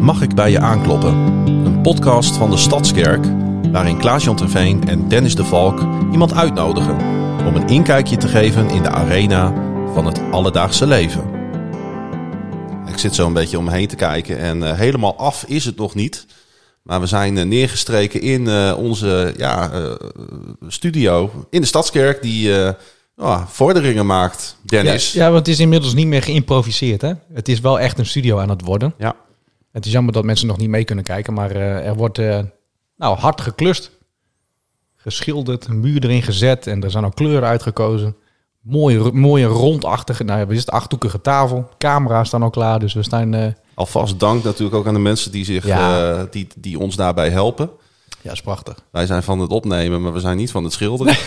Mag ik bij je aankloppen? Een podcast van de Stadskerk, waarin Klaas-Jan Terveen en Dennis de Valk iemand uitnodigen om een inkijkje te geven in de arena van het alledaagse leven. Ik zit zo een beetje om me heen te kijken en helemaal af is het nog niet. Maar we zijn neergestreken in onze studio in de Stadskerk die vorderingen maakt, Dennis. Ja, want het is inmiddels niet meer geïmproviseerd, hè? Het is wel echt een studio aan het worden. Ja. Het is jammer dat mensen nog niet mee kunnen kijken, maar er wordt hard geklust. Geschilderd, een muur erin gezet en er zijn ook kleuren uitgekozen. Mooie rondachtige, achthoekige tafel. Camera's staan al klaar, dus we staan... Alvast dank natuurlijk ook aan de mensen die zich die ons daarbij helpen. Ja, is prachtig. Wij zijn van het opnemen, maar we zijn niet van het schilderen.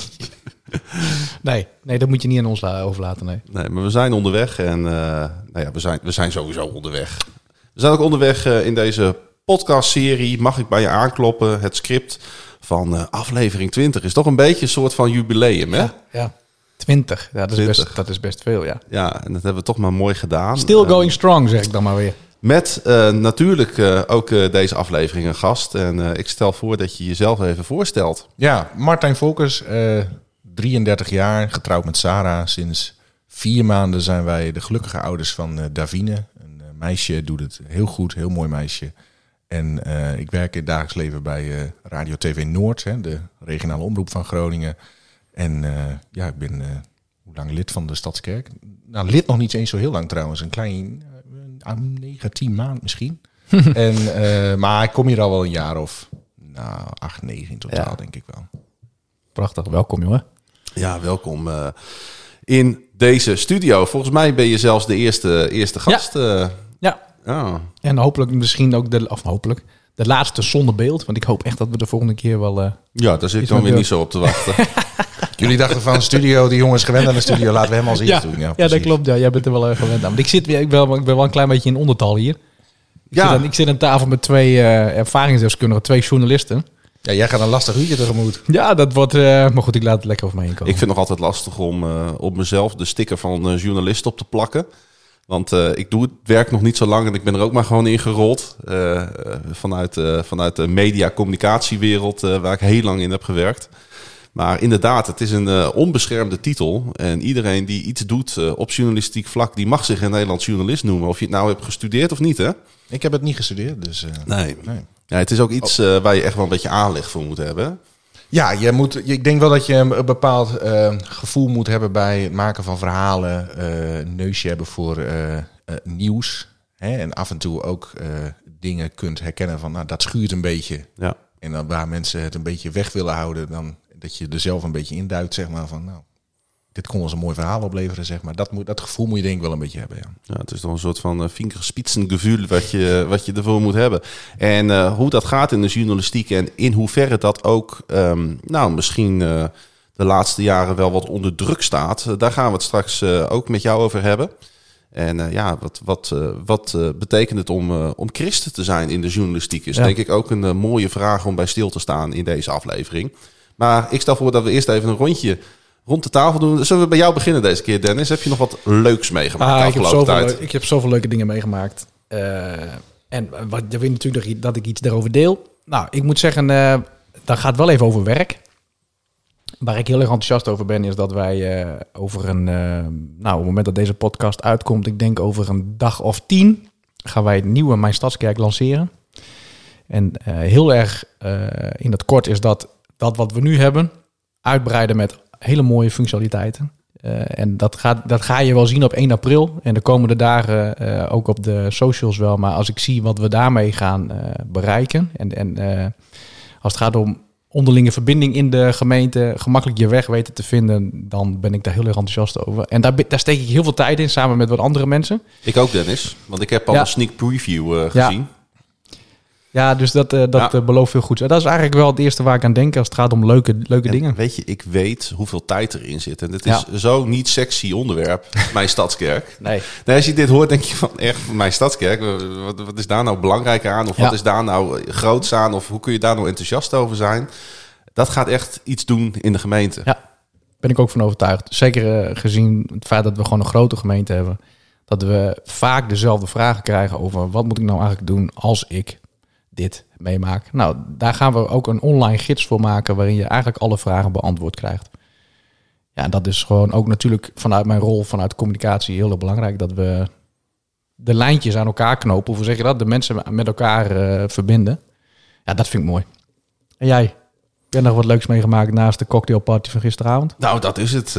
Nee, dat moet je niet aan ons overlaten, nee. Nee, maar we zijn onderweg en we zijn sowieso onderweg. We zijn ook onderweg in deze podcastserie. Mag ik bij je aankloppen? Het script van aflevering 20 is toch een beetje een soort van jubileum, hè? Ja. 20. Ja, dat is best veel, ja. Ja, en dat hebben we toch maar mooi gedaan. Still going strong, zeg ik dan maar weer. Met natuurlijk ook deze aflevering een gast. En ik stel voor dat je jezelf even voorstelt. Ja, Martijn Volkers, 33 jaar, getrouwd met Sarah. Sinds 4 maanden zijn wij de gelukkige ouders van Davine. Een meisje, doet het heel goed, heel mooi meisje. En ik werk in het dagelijks leven bij Radio TV Noord, de regionale omroep van Groningen. En ik ben hoe lang lid van de Stadskerk? Nou, lid nog niet eens zo heel lang trouwens. Een klein 9-10 maand misschien. Maar ik kom hier al wel een jaar of 8, 9 in totaal, denk ik wel. Prachtig, welkom jongen. Ja, welkom in deze studio. Volgens mij ben je zelfs de eerste gast. Ja. En hopelijk misschien ook de laatste zonder beeld. Want ik hoop echt dat we de volgende keer wel... Ja, daar zit ik dan weer niet zo op te wachten. Jullie dachten van studio, die jongens gewend aan de studio, laten we hem als eerst doen. Ja, dat klopt. Ja. Jij bent er wel gewend aan. Maar ik ben wel een klein beetje in ondertal hier. Ik zit aan tafel met 2 ervaringsdeskundigen, 2 journalisten. Ja, jij gaat een lastig uurtje tegemoet. Ja, dat wordt... maar goed, ik laat het lekker over me heen komen. Ik vind het nog altijd lastig om op mezelf de sticker van journalist op te plakken. Want ik doe het werk nog niet zo lang en ik ben er ook maar gewoon ingerold. Vanuit de media-communicatiewereld waar ik heel lang in heb gewerkt. Maar inderdaad, het is een onbeschermde titel. En iedereen die iets doet op journalistiek vlak, die mag zich in Nederland journalist noemen. Of je het nou hebt gestudeerd of niet, hè? Ik heb het niet gestudeerd, dus... Nee. Ja, het is ook iets waar je echt wel een beetje aanleg voor moet hebben. Ja, ik denk wel dat je een bepaald gevoel moet hebben bij het maken van verhalen. Een neusje hebben voor nieuws. Hè, en af en toe ook dingen kunt herkennen van, dat schuurt een beetje. Ja. En dan waar mensen het een beetje weg willen houden, dan dat je er zelf een beetje induikt, zeg maar, van dit kon ons een mooi verhaal opleveren, zeg maar. Dat gevoel moet je denk ik wel een beetje hebben, ja. Ja, het is toch een soort van vingerspitsengevoel wat je ervoor moet hebben. En hoe dat gaat in de journalistiek en in hoeverre dat ook misschien de laatste jaren wel wat onder druk staat. Daar gaan we het straks ook met jou over hebben. En wat betekent het om christen te zijn in de journalistiek? Is denk ik ook een mooie vraag om bij stil te staan in deze aflevering. Maar ik stel voor dat we eerst even een rondje rond de tafel doen. Zullen we bij jou beginnen deze keer, Dennis? Heb je nog wat leuks meegemaakt? Ik heb zoveel leuke dingen meegemaakt. En wat je weet natuurlijk dat ik iets daarover deel. Nou, ik moet zeggen, dat gaat wel even over werk. Waar ik heel erg enthousiast over ben, is dat wij over op het moment dat deze podcast uitkomt, ik denk over een dag of 10, gaan wij het nieuwe Mijn Stadskerk lanceren. En heel erg in het kort is dat wat we nu hebben, uitbreiden met hele mooie functionaliteiten. En dat ga je wel zien op 1 april. En de komende dagen ook op de socials wel. Maar als ik zie wat we daarmee gaan bereiken. En als het gaat om onderlinge verbinding in de gemeente, gemakkelijk je weg weten te vinden, dan ben ik daar heel erg enthousiast over. En daar steek ik heel veel tijd in, samen met wat andere mensen. Ik ook, Dennis. Want ik heb al een sneak preview gezien. Ja, dus dat belooft veel goeds. Dat is eigenlijk wel het eerste waar ik aan denk als het gaat om leuke dingen. Weet je, ik weet hoeveel tijd erin zit. En dit is zo niet sexy onderwerp, Mijn Stadskerk. Nee, als je dit hoort, denk je van echt, Mijn Stadskerk, wat is daar nou belangrijk aan? Of wat is daar nou groots aan? Of hoe kun je daar nou enthousiast over zijn? Dat gaat echt iets doen in de gemeente. Ja, ben ik ook van overtuigd. Zeker gezien het feit dat we gewoon een grote gemeente hebben. dat we vaak dezelfde vragen krijgen over wat moet ik nou eigenlijk doen als ik dit meemaak. Nou, daar gaan we ook een online gids voor maken waarin je eigenlijk alle vragen beantwoord krijgt. Ja, dat is gewoon ook natuurlijk vanuit mijn rol, vanuit communicatie heel erg belangrijk dat we de lijntjes aan elkaar knopen. Of hoe zeg je dat? De mensen met elkaar verbinden. Ja, dat vind ik mooi. En jij? Heb jij nog wat leuks meegemaakt naast de cocktailparty van gisteravond? Nou, dat is het.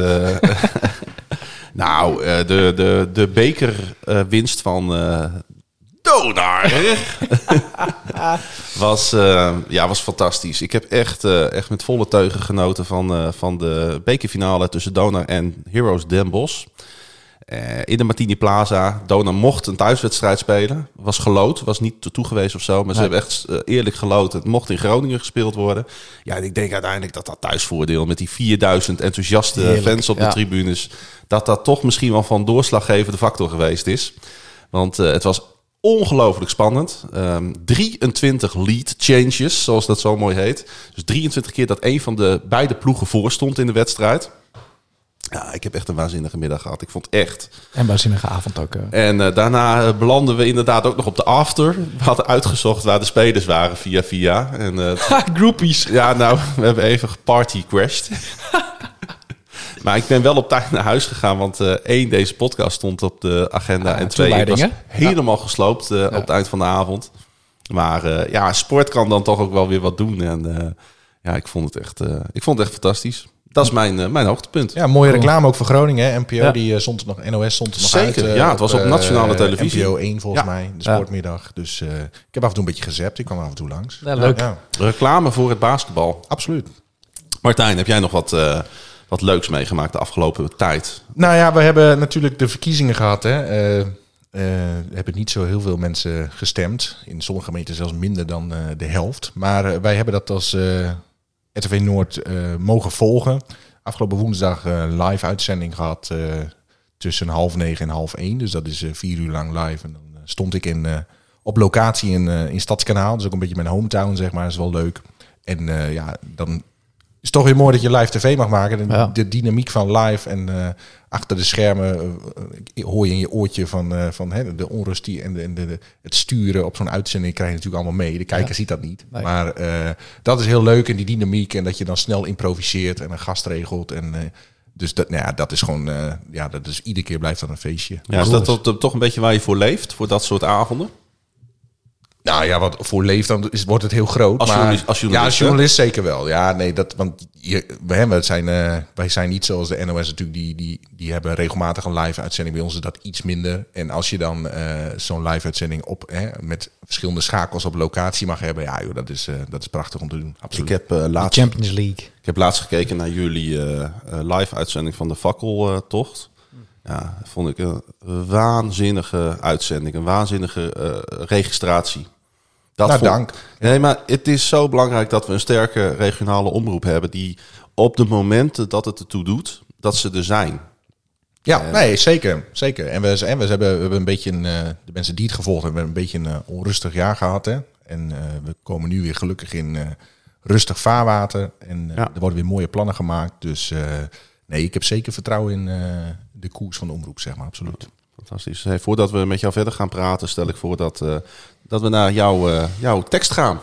De bekerwinst van Donar was fantastisch. Ik heb echt met volle teugen genoten van de bekerfinale tussen Donar en Heroes Den Bosch. In de Martini Plaza. Donar mocht een thuiswedstrijd spelen. Was geloot, was niet toegewezen of zo. Maar ze hebben echt eerlijk geloot. Het mocht in Groningen gespeeld worden. Ja, en ik denk uiteindelijk dat thuisvoordeel met die 4000 enthousiaste fans op de tribunes, dat toch misschien wel van doorslaggevende factor geweest is. Want het was ongelooflijk spannend. 23 lead changes, zoals dat zo mooi heet. Dus 23 keer dat een van de beide ploegen voor stond in de wedstrijd. Ja, ik heb echt een waanzinnige middag gehad. Ik vond echt... En waanzinnige avond ook. En daarna belanden we inderdaad ook nog op de after. We hadden uitgezocht waar de spelers waren via. En, groupies. Ja, nou, we hebben even geparty crashed. Maar ik ben wel op tijd naar huis gegaan. Want 1, deze podcast stond op de agenda. En 2, het was helemaal gesloopt op het eind van de avond. Maar sport kan dan toch ook wel weer wat doen. En ik vond het echt fantastisch. Dat is mijn hoogtepunt. Ja, mooie reclame ook voor Groningen. Hè? NPO, die stond er nog, NOS stond er nog uit. Zeker, het was op nationale televisie. NPO 1 volgens mij, de sportmiddag. Dus ik heb af en toe een beetje gezapt. Ik kwam af en toe langs. Ja, leuk. Ja. Reclame voor het basketbal. Absoluut. Martijn, heb jij nog wat leuks meegemaakt de afgelopen tijd? Nou ja, we hebben natuurlijk de verkiezingen gehad. Hè. Hebben niet zo heel veel mensen gestemd. In sommige gemeenten zelfs minder dan de helft. Maar wij hebben dat als RTV Noord mogen volgen. Afgelopen woensdag live uitzending gehad tussen 8:30 en 9:30. Dus dat is 4 uur lang live. En dan stond ik op locatie in Stadskanaal. Dat is ook een beetje mijn hometown, zeg maar. Dat is wel leuk. En dan is het toch weer mooi dat je live tv mag maken. De dynamiek van live en achter de schermen hoor je in je oortje van de onrust en het sturen op zo'n uitzending krijg je natuurlijk allemaal mee. De kijker ziet dat niet. Nee. Maar dat is heel leuk en die dynamiek en dat je dan snel improviseert en een gast regelt. En dus dat is gewoon, dat is iedere keer blijft dat een feestje. Ja, is dat toch een beetje waar je voor leeft, voor dat soort avonden? Nou ja, wat voor leeft dan wordt het heel groot. Als journalist zeker wel. Ja, nee, want wij zijn niet zoals de NOS natuurlijk. Die hebben regelmatig een live uitzending. Bij ons is dat iets minder. En als je dan zo'n live uitzending met verschillende schakels op locatie mag hebben, ja, joh, dat is prachtig om te doen. Absoluut. Ik heb Champions League. Ik heb laatst gekeken naar jullie live uitzending van de fakkeltocht. Ja, vond ik een waanzinnige uitzending, een waanzinnige registratie. Dank. Nee, maar het is zo belangrijk dat we een sterke regionale omroep hebben die op de momenten dat het ertoe doet, dat ze er zijn. Ja, nee, zeker. En we hebben een beetje de mensen die het gevolgd hebben, een beetje een onrustig jaar gehad. Hè? En we komen nu weer gelukkig in rustig vaarwater. En er worden weer mooie plannen gemaakt. Dus nee, ik heb zeker vertrouwen in de koers van de omroep, zeg maar, absoluut. Fantastisch. Hey, voordat we met jou verder gaan praten, stel ik voor dat we naar jouw tekst gaan.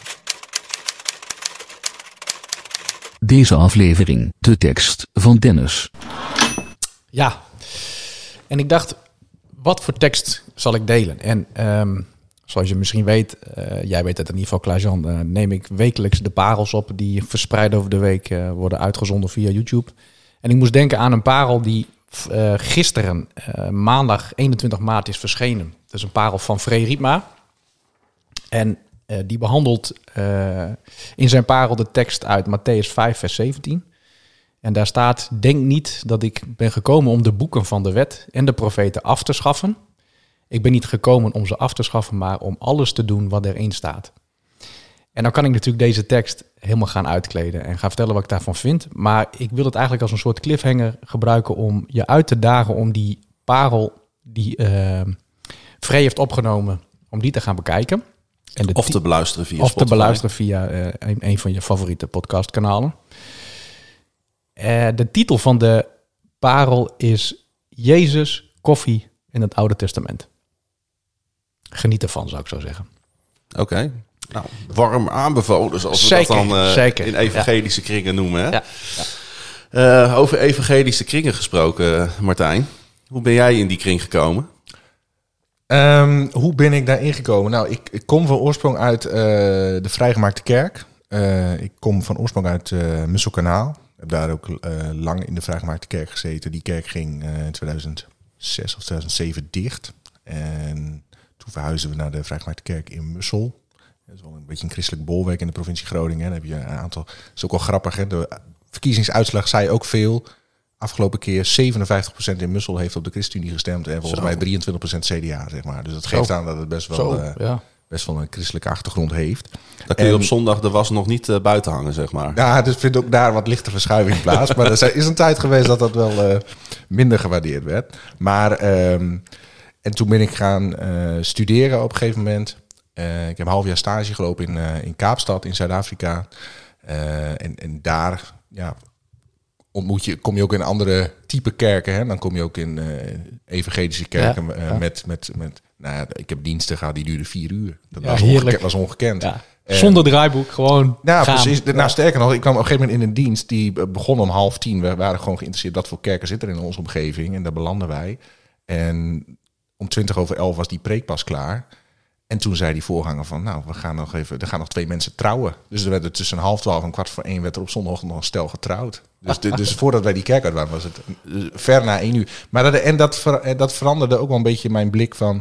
Deze aflevering, de tekst van Dennis. Ja, en ik dacht, wat voor tekst zal ik delen? En zoals je misschien weet, jij weet het in ieder geval, Klaas-Jan, neem ik wekelijks de parels op die verspreid over de week worden uitgezonden via YouTube. En ik moest denken aan een parel die gisteren, maandag 21 maart, is verschenen. Dat is een parel van Free Riepma. En die behandelt in zijn parel de tekst uit Mattheüs 5, vers 17. En daar staat: denk niet dat ik ben gekomen om de boeken van de wet en de profeten af te schaffen. Ik ben niet gekomen om ze af te schaffen, maar om alles te doen wat erin staat. En dan kan ik natuurlijk deze tekst helemaal gaan uitkleden en gaan vertellen wat ik daarvan vind. Maar ik wil het eigenlijk als een soort cliffhanger gebruiken om je uit te dagen om die parel die Free heeft opgenomen, om die te gaan bekijken. En Of te beluisteren via een van je favoriete podcastkanalen. De titel van de parel is Jezus, koffie in het Oude Testament. Geniet ervan, zou ik zo zeggen. Oké. Nou, warm aanbevolen, zoals we Zeker, dat dan zeker. in evangelische kringen noemen. Hè? Ja. Over evangelische kringen gesproken, Martijn. Hoe ben jij in die kring gekomen? Hoe ben ik daarin gekomen? Nou, ik kom van oorsprong uit de Vrijgemaakte Kerk. Ik kom van oorsprong uit Musselkanaal. Ik heb daar ook lang in de Vrijgemaakte Kerk gezeten. Die kerk ging in 2006 of 2007 dicht. En toen verhuisden we naar de Vrijgemaakte Kerk in Mussel. Dat is wel een beetje een christelijk bolwerk in de provincie Groningen. Dan heb je een aantal. Dat is ook wel grappig. Hè? De verkiezingsuitslag zei ook veel. Afgelopen keer 57% in Mussel heeft op de ChristenUnie gestemd. En volgens mij 23% CDA, zeg maar. Dus dat geeft aan dat het best wel een christelijke achtergrond heeft. Dan kun je op zondag de was nog niet buiten hangen, zeg maar. Ja, dus vindt ook daar wat lichte verschuiving plaats. Maar er is een tijd geweest dat wel minder gewaardeerd werd. Maar en toen ben ik gaan studeren op een gegeven moment. Ik heb een half jaar stage gelopen in Kaapstad in Zuid-Afrika. En daar kom je ook in andere type kerken. Hè? Dan kom je ook in evangelische kerken met nou ja, ik heb diensten gehad die duurden 4 uur. Dat was ongekend. Ja. Zonder draaiboek, gewoon gaan. Precies. Nou, sterker nog, ik kwam op een gegeven moment in een dienst die begon om 9:30. We waren gewoon geïnteresseerd wat voor kerken zitten er in onze omgeving. En daar belanden wij. En om 11:20 was die preek pas klaar. En toen zei die voorganger van, nou, er gaan nog 2 mensen trouwen. Dus er werd tussen 11:30 en 1:15 werd er op zondagochtend nog een stel getrouwd. Dus voordat wij die kerk uit waren, was het ver na 1 uur. Maar dat veranderde ook wel een beetje mijn blik van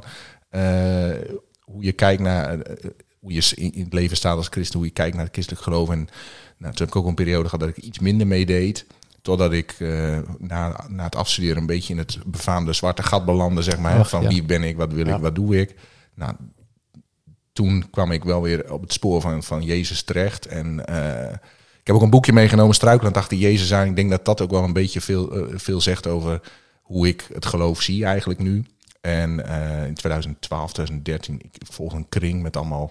hoe je kijkt naar hoe je in het leven staat als christen, hoe je kijkt naar het christelijk geloof. En toen heb ik ook een periode gehad dat ik iets minder meedeed. Totdat ik na het afstuderen een beetje in het befaamde zwarte gat belandde, zeg maar. Wie ben ik, wat wil ik, wat doe ik? Nou, toen kwam ik wel weer op het spoor van Jezus terecht. En ik heb ook een boekje meegenomen, Struikelend achter Jezus aan. Ik denk dat ook wel een beetje veel zegt over hoe ik het geloof zie eigenlijk nu. En in 2012, 2013, ik volg een kring met allemaal,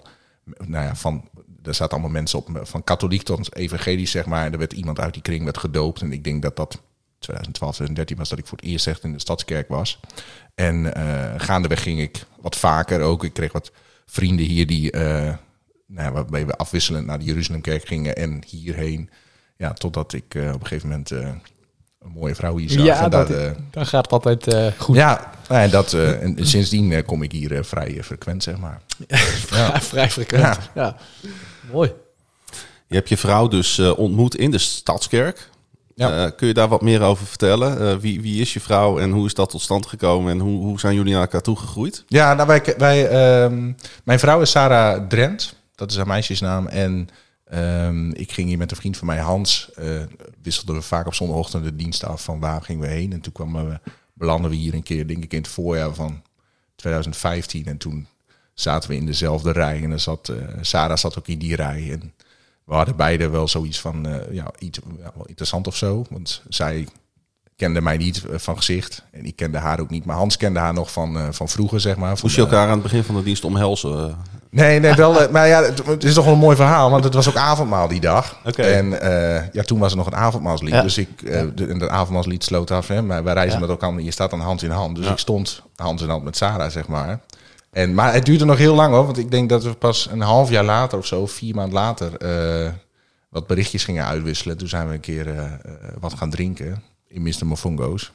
daar zaten allemaal mensen op, van katholiek tot evangelisch, zeg maar. En er werd iemand uit die kring werd gedoopt. En ik denk dat 2012, 2013 was dat ik voor het eerst echt in de Stadskerk was. En gaandeweg ging ik wat vaker ook. Ik kreeg wat vrienden hier die, waarbij we afwisselend naar de Jeruzalemkerk gingen en hierheen. Ja, totdat ik op een gegeven moment een mooie vrouw hier zag. Ja, dan gaat het altijd goed. Ja, en sindsdien kom ik hier vrij frequent, zeg maar. Vrij frequent. Ja. Mooi. Je hebt je vrouw dus ontmoet in de Stadskerk. Ja. Kun je daar wat meer over vertellen? Wie is je vrouw en hoe is dat tot stand gekomen? En hoe zijn jullie naar elkaar toegegroeid? Ja, nou, mijn vrouw is Sarah Drent. Dat is haar meisjesnaam. En ik ging hier met een vriend van mij, Hans. Wisselden we vaak op zondagochtend de dienst af van waar gingen we heen. En toen belanden we hier een keer, denk ik, in het voorjaar van 2015. En toen zaten we in dezelfde rij. En Sarah zat ook in die rij. En we hadden beide wel zoiets van, iets wel interessant of zo. Want zij kende mij niet van gezicht. En ik kende haar ook niet. Maar Hans kende haar nog van vroeger, zeg maar. Moest je elkaar aan het begin van de dienst omhelzen? Nee, wel. Maar ja, het is toch wel een mooi verhaal. Want het was ook avondmaal die dag. Okay. En toen was er nog een avondmaalslied. Ja. Dus dat avondmaalslied sloot af. Hè, maar wij reizen met elkaar. Je staat dan hand in hand. Dus ik stond hand in hand met Sarah, zeg maar. Maar het duurde nog heel lang, hoor. Want ik denk dat we pas een half jaar later of zo, 4 maanden later, wat berichtjes gingen uitwisselen. Toen zijn we een keer wat gaan drinken in Mr. Mofongo's.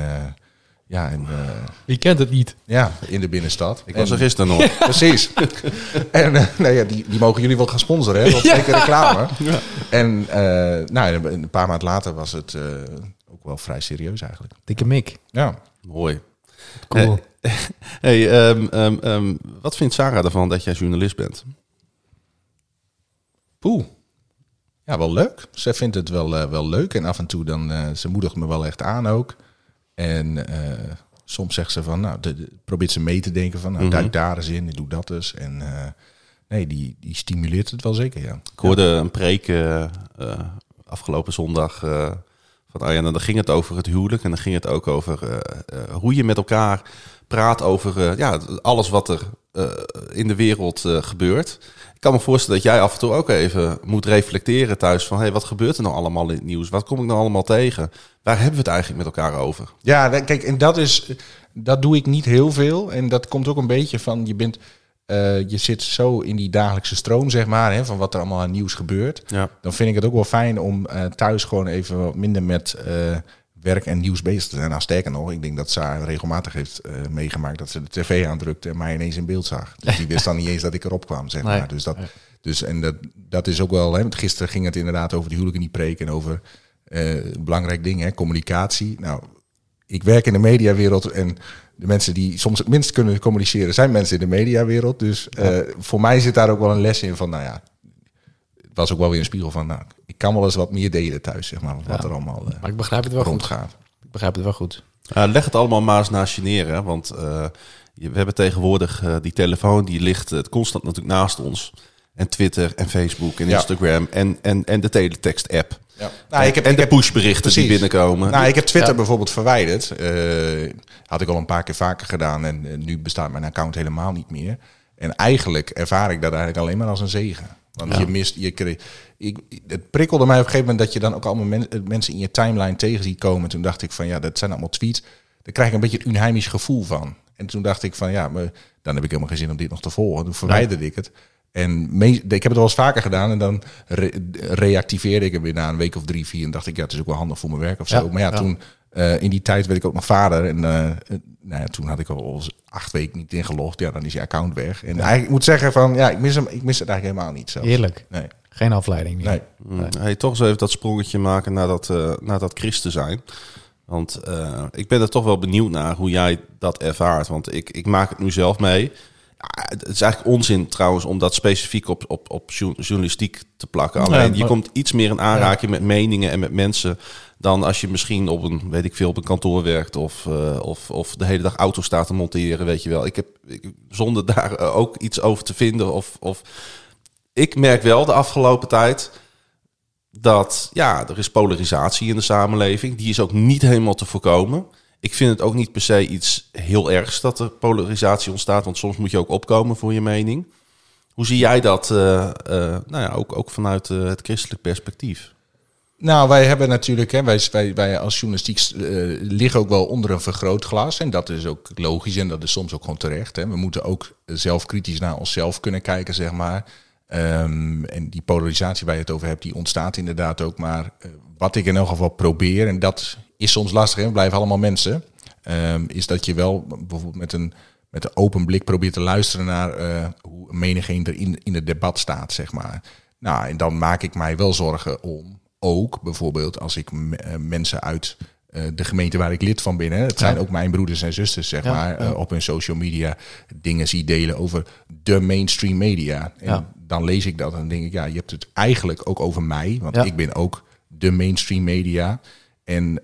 Wie kent het niet? Ja, in de binnenstad. Ik was er gisteren nog. Precies. En die mogen jullie wel gaan sponsoren, hè? Dat is zeker reclame. Ja. En een paar maanden later was het ook wel vrij serieus eigenlijk. Dikke mik. Ja. Mooi. Cool. Wat vindt Sarah ervan dat jij journalist bent? Poeh. Ja, wel leuk. Zij vindt het wel leuk. En af en toe ze moedigt me wel echt aan ook. En soms zegt ze van, probeert ze mee te denken van, duik daar eens in, doe dat eens. En die stimuleert het wel zeker, ja. Ik hoorde een preek afgelopen zondag van Arjan. En dan ging het over het huwelijk. En dan ging het ook over hoe je met elkaar praat over alles wat er in de wereld gebeurt. Ik kan me voorstellen dat jij af en toe ook even moet reflecteren thuis van... hey, wat gebeurt er nou allemaal in het nieuws? Wat kom ik nou allemaal tegen? Waar hebben we het eigenlijk met elkaar over? Ja, kijk, en dat doe ik niet heel veel. En dat komt ook een beetje van, je zit zo in die dagelijkse stroom, zeg maar, hè, van wat er allemaal aan nieuws gebeurt. Ja. Dan vind ik het ook wel fijn om thuis gewoon even wat minder met werk en nieuws bezig te zijn. Nou, sterker nog, ik denk dat Saar regelmatig heeft meegemaakt dat ze de tv aandrukte en mij ineens in beeld zag. Dus die wist dan niet eens dat ik erop kwam, zeg maar. Dus dat is ook wel, hè, want gisteren ging het inderdaad over de huwelijken niet preken en over belangrijk ding, hè, communicatie. Nou, ik werk in de mediawereld en de mensen die soms het minst kunnen communiceren zijn mensen in de mediawereld. Dus voor mij zit daar ook wel een les in van, nou ja, het was ook wel weer een spiegel van, nou, ik kan wel eens wat meer delen thuis, zeg maar, wat er allemaal maar ik begrijp het wel rondgaat. goed. Ik begrijp het wel goed. Leg het allemaal maar eens naast je neer, hè? Want we hebben tegenwoordig die telefoon, die ligt constant natuurlijk naast ons. En Twitter en Facebook en Instagram en de teletext-app. Ja. Nou, ik heb pushberichten die binnenkomen. Nou, ik heb Twitter bijvoorbeeld verwijderd. Had ik al een paar keer vaker gedaan. En nu bestaat mijn account helemaal niet meer. En eigenlijk ervaar ik dat eigenlijk alleen maar als een zegen. Want het prikkelde mij op een gegeven moment dat je dan ook allemaal mensen in je timeline tegen ziet komen. Toen dacht ik van ja, dat zijn allemaal tweets. Daar krijg ik een beetje het unheimisch gevoel van. En toen dacht ik van ja, dan heb ik helemaal geen zin om dit nog te volgen. Toen verwijderde ik het. En ik heb het wel eens vaker gedaan en dan reactiveerde ik hem weer na een week of 3, 4. En dacht ik, ja, het is ook wel handig voor mijn werk of zo. Maar ja, toen in die tijd werd ik ook nog vader. En toen had ik al 8 weken niet ingelogd. Ja, dan is je account weg. En eigenlijk, ik moet zeggen van, ja, ik mis het eigenlijk helemaal niet zelfs. Heerlijk. Nee. Geen afleiding meer. Nee. Hey, toch eens even dat sprongetje maken naar dat christen zijn. Want ik ben er toch wel benieuwd naar hoe jij dat ervaart. Want ik maak het nu zelf mee. Ja, het is eigenlijk onzin trouwens om dat specifiek op journalistiek te plakken. Alleen je komt iets meer in aanraking met meningen en met mensen dan als je misschien op een kantoor werkt of de hele dag auto staat te monteren, weet je wel. Zonder daar ook iets over te vinden of ik merk wel de afgelopen tijd dat er is polarisatie in de samenleving. Die is ook niet helemaal te voorkomen. Ik vind het ook niet per se iets heel ergs dat er polarisatie ontstaat. Want soms moet je ook opkomen voor je mening. Hoe zie jij dat ook vanuit het christelijk perspectief? Nou, wij hebben natuurlijk, hè, wij als journalistiek liggen ook wel onder een vergrootglas. En dat is ook logisch en dat is soms ook gewoon terecht. Hè. We moeten ook zelf kritisch naar onszelf kunnen kijken, zeg maar. En die polarisatie waar je het over hebt, die ontstaat inderdaad ook. Maar wat ik in elk geval probeer, en dat is soms lastig, hè, we blijven allemaal mensen, is dat je wel bijvoorbeeld met een open blik probeert te luisteren naar hoe menigeen er in het debat staat, zeg maar. Nou, en dan maak ik mij wel zorgen om, ook bijvoorbeeld als ik mensen uit de gemeente waar ik lid van ben, hè, het zijn ook mijn broeders en zusters, zeg maar, op hun social media dingen zie delen over de mainstream media. En dan lees ik dat en denk ik, ja, je hebt het eigenlijk ook over mij, want ik ben ook de mainstream media. En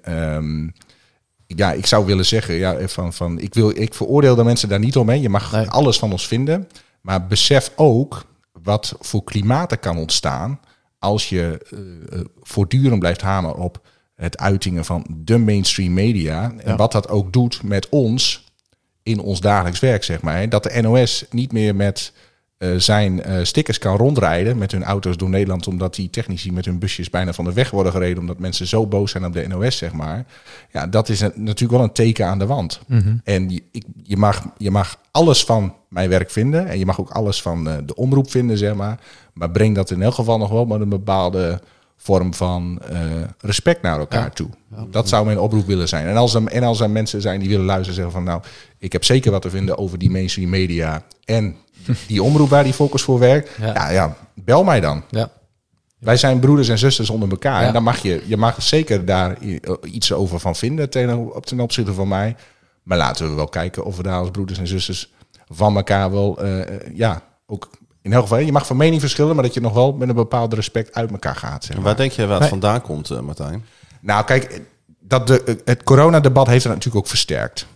ik zou willen zeggen, ik veroordeel de mensen daar niet omheen. Je mag alles van ons vinden, maar besef ook wat voor klimaat er kan ontstaan als je voortdurend blijft hameren op het uitingen van de mainstream media. En wat dat ook doet met ons in ons dagelijks werk, zeg maar. Dat de NOS niet meer met zijn stickers kan rondrijden met hun auto's door Nederland, omdat die technici met hun busjes bijna van de weg worden gereden, omdat mensen zo boos zijn op de NOS, zeg maar. Ja, dat is natuurlijk wel een teken aan de wand. Mm-hmm. En je mag alles van mijn werk vinden en je mag ook alles van de omroep vinden, zeg maar breng dat in elk geval nog wel met een bepaalde vorm van respect naar elkaar toe. Ja. Dat zou mijn oproep willen zijn. En als er mensen zijn die willen luisteren, zeggen van nou, ik heb zeker wat te vinden over die mainstream media en die omroep waar die Focus voor werkt. Ja, bel mij dan. Ja. Wij zijn broeders en zusters onder elkaar. Ja. En dan mag zeker daar iets over van vinden ten opzichte van mij. Maar laten we wel kijken of we daar als broeders en zusters van elkaar wel ook in elk geval, je mag van mening verschillen, maar dat je nog wel met een bepaald respect uit elkaar gaat. Zeg maar. Waar denk je waar het vandaan komt, Martijn? Nou, kijk, het coronadebat heeft het natuurlijk ook versterkt.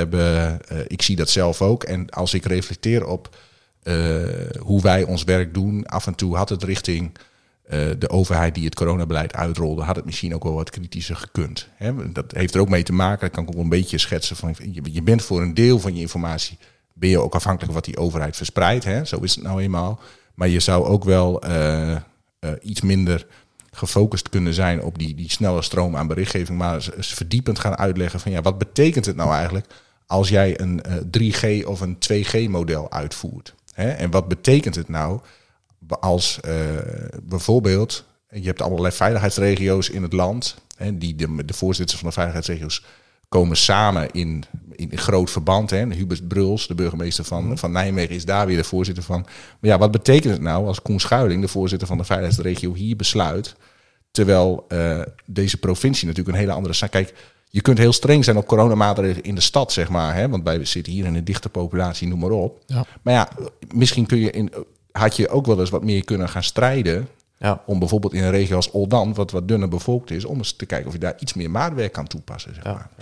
Ik zie dat zelf ook. En als ik reflecteer op hoe wij ons werk doen, af en toe had het richting de overheid die het coronabeleid uitrolde, had het misschien ook wel wat kritischer gekund. Dat heeft er ook mee te maken, dat kan ik ook een beetje schetsen van, je bent voor een deel van je informatie ben je ook afhankelijk van wat die overheid verspreidt. Hè? Zo is het nou eenmaal. Maar je zou ook wel iets minder gefocust kunnen zijn op die snelle stroom aan berichtgeving. Maar verdiepend gaan uitleggen van wat betekent het nou eigenlijk als jij een 3G of een 2G-model uitvoert? Hè? En wat betekent het nou als bijvoorbeeld, je hebt allerlei veiligheidsregio's in het land. Hè, de voorzitters van de veiligheidsregio's komen samen in groot verband. Hè. Hubert Bruls, de burgemeester van Nijmegen, is daar weer de voorzitter van. Maar wat betekent het nou als Koen Schuiling, de voorzitter van de veiligheidsregio, hier besluit, terwijl deze provincie natuurlijk een hele andere... Kijk, je kunt heel streng zijn op coronamaatregelen in de stad, zeg maar. Hè, want wij zitten hier in een dichte populatie, noem maar op. Ja. Maar misschien had je ook wel eens wat meer kunnen gaan strijden. Ja. Om bijvoorbeeld in een regio als Oldan, wat dunner bevolkt is, om eens te kijken of je daar iets meer maatwerk kan toepassen. Zeg maar.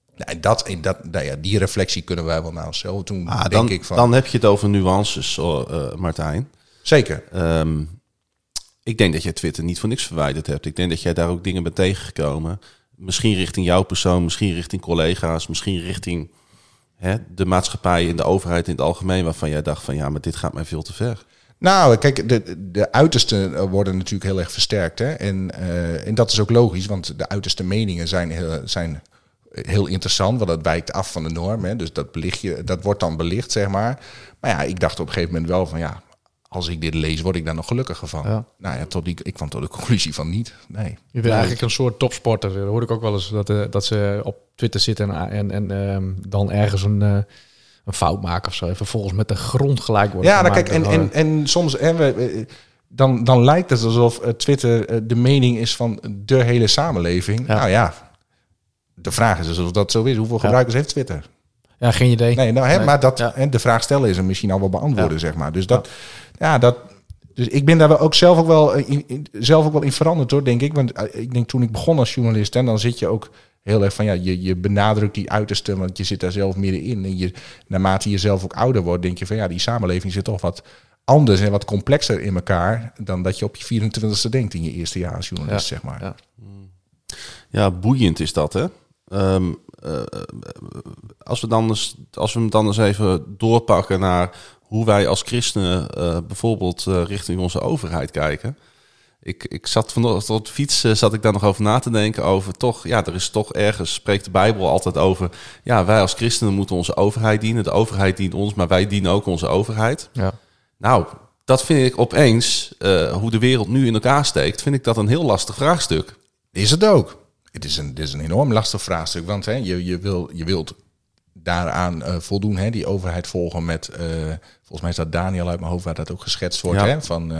Die reflectie kunnen wij wel naar onszelf doen. Dan heb je het over nuances, Martijn. Zeker. Ik denk dat jij Twitter niet voor niks verwijderd hebt. Ik denk dat jij daar ook dingen bent tegengekomen. Misschien richting jouw persoon, misschien richting collega's, misschien richting de maatschappij en de overheid in het algemeen, waarvan jij dacht van maar dit gaat mij veel te ver. Nou, kijk, de uitersten worden natuurlijk heel erg versterkt. Hè? En dat is ook logisch, want de uiterste meningen zijn heel interessant, want dat wijkt af van de norm. Hè? Dus dat wordt dan belicht, zeg maar. Maar ik dacht op een gegeven moment wel van als ik dit lees, word ik daar nog gelukkiger van. Ja. Ik kwam tot de conclusie van niet. Nee. Je bent eigenlijk een soort topsporter. Dat hoorde ik ook wel eens, dat ze op Twitter zitten en dan ergens een fout maken of zo. En vervolgens met de grond gelijk worden gemaakt. Kijk, en soms... Dan lijkt het alsof Twitter de mening is van de hele samenleving. Ja. De vraag is dus of dat zo is. Hoeveel gebruikers heeft Twitter? Ja, geen idee. Nee, maar de vraag stellen is hem misschien al wel beantwoorden, zeg maar. Dus dus ik ben daar ook zelf ook wel in veranderd, hoor, denk ik. Want ik denk toen ik begon als journalist, dan zit je ook heel erg van je benadrukt die uiterste, want je zit daar zelf middenin. En naarmate je zelf ook ouder wordt, denk je van die samenleving zit toch wat anders en wat complexer in elkaar dan dat je op je 24e denkt in je eerste jaar als journalist, zeg maar. Ja, boeiend is dat, hè? Als we hem dan eens even doorpakken naar hoe wij als christenen bijvoorbeeld richting onze overheid kijken. Ik zat vanochtend op de fiets, zat ik daar nog over na te denken over toch, er is toch ergens, spreekt de Bijbel altijd over, wij als christenen moeten onze overheid dienen. De overheid dient ons, maar wij dienen ook onze overheid. Ja. Nou, dat vind ik opeens, hoe de wereld nu in elkaar steekt, vind ik dat een heel lastig vraagstuk. Is het ook. Het is een enorm lastig vraagstuk, want je wilt daaraan voldoen, die overheid volgen met, volgens mij is dat Daniel uit mijn hoofd waar dat ook geschetst wordt, van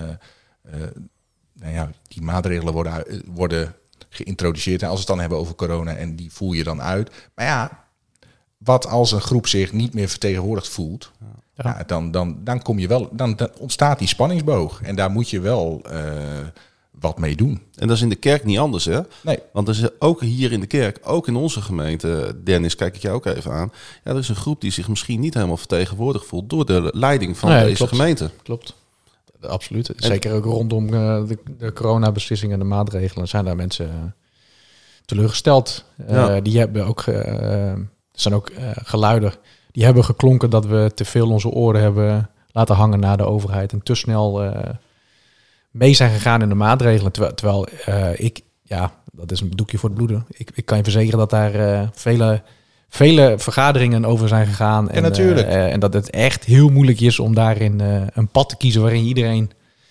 die maatregelen worden geïntroduceerd. En als we het dan hebben over corona en die voer je dan uit. Maar wat als een groep zich niet meer vertegenwoordigd voelt, dan kom je wel, dan ontstaat die spanningsboog. En daar moet je wel wat mee doen. En dat is in de kerk niet anders, hè? Nee. Want er is ook hier in de kerk, ook in onze gemeente, Dennis, kijk ik jou ook even aan. Er is een groep die zich misschien niet helemaal vertegenwoordigd voelt door de leiding van deze gemeente. Klopt. Absoluut. Zeker ook rondom de coronabeslissingen en de maatregelen zijn daar mensen teleurgesteld. Die hebben ook, er zijn ook geluiden die hebben geklonken dat we te veel onze oren hebben laten hangen naar de overheid en te snel mee zijn gegaan in de maatregelen. Terwijl dat is een doekje voor het bloeden. Ik kan je verzekeren dat daar vele vergaderingen over zijn gegaan. En natuurlijk. En dat het echt heel moeilijk is om daarin een pad te kiezen waarin iedereen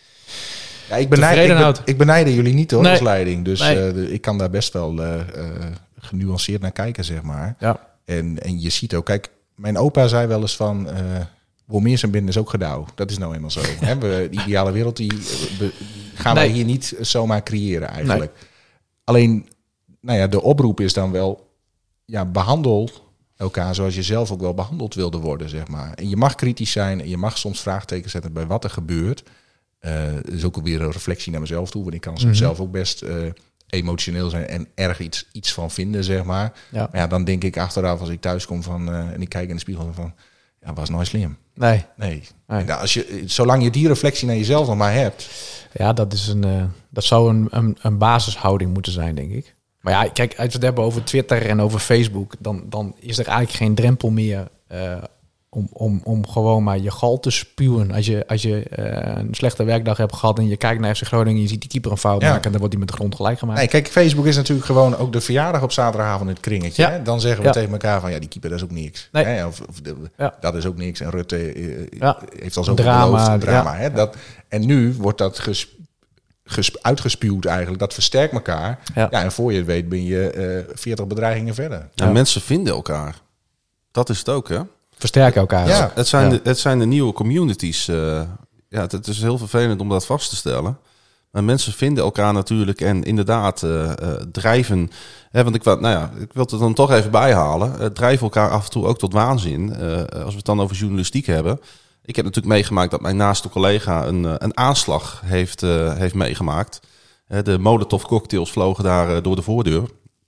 ik benijd jullie niet, hoor, als leiding. Dus ik kan daar best wel genuanceerd naar kijken, zeg maar. Ja. En je ziet ook, kijk, mijn opa zei wel eens van hoe meer zijn binnen is ook gedouw. Dat is nou eenmaal zo. De ideale wereld die gaan wij hier niet zomaar creëren eigenlijk. Nee. Alleen, de oproep is dan wel, behandel elkaar zoals je zelf ook wel behandeld wilde worden, zeg maar. En je mag kritisch zijn en je mag soms vraagtekens zetten bij wat er gebeurt. Dat is ook alweer een reflectie naar mezelf toe, want ik kan soms zelf ook best emotioneel zijn en erg iets van vinden, zeg maar. Ja. Maar dan denk ik achteraf als ik thuis kom en ik kijk in de spiegel van, was nooit slim. Nee. Zolang je die reflectie naar jezelf nog maar hebt. Ja, dat zou een basishouding moeten zijn, denk ik. Maar kijk, als we het hebben over Twitter en over Facebook, dan is er eigenlijk geen drempel meer om gewoon maar je gal te spuwen. Als je een slechte werkdag hebt gehad en je kijkt naar FC Groningen en je ziet die keeper een fout maken en dan wordt die met de grond gelijk gemaakt. Nee, kijk, Facebook is natuurlijk gewoon ook de verjaardag op zaterdagavond in het kringetje. Ja. Hè? Dan zeggen we tegen elkaar van, die keeper, dat is ook niks. Nee. Hè? Dat is ook niks. En Rutte heeft al zoveel drama, beloofd. Drama. Ja. Hè? En nu wordt dat uitgespuwd eigenlijk. Dat versterkt elkaar. Ja. En voor je het weet ben je 40 bedreigingen verder. Ja, mensen vinden elkaar. Dat is het ook, hè? Versterken elkaar. Ja. Het zijn de nieuwe communities. Het is heel vervelend om dat vast te stellen. Maar mensen vinden elkaar natuurlijk en inderdaad drijven. Want ik wil het er dan toch even bijhalen. Drijven elkaar af en toe ook tot waanzin. Als we het dan over journalistiek hebben. Ik heb natuurlijk meegemaakt dat mijn naaste collega een aanslag heeft meegemaakt. De Molotov cocktails vlogen daar door de voordeur.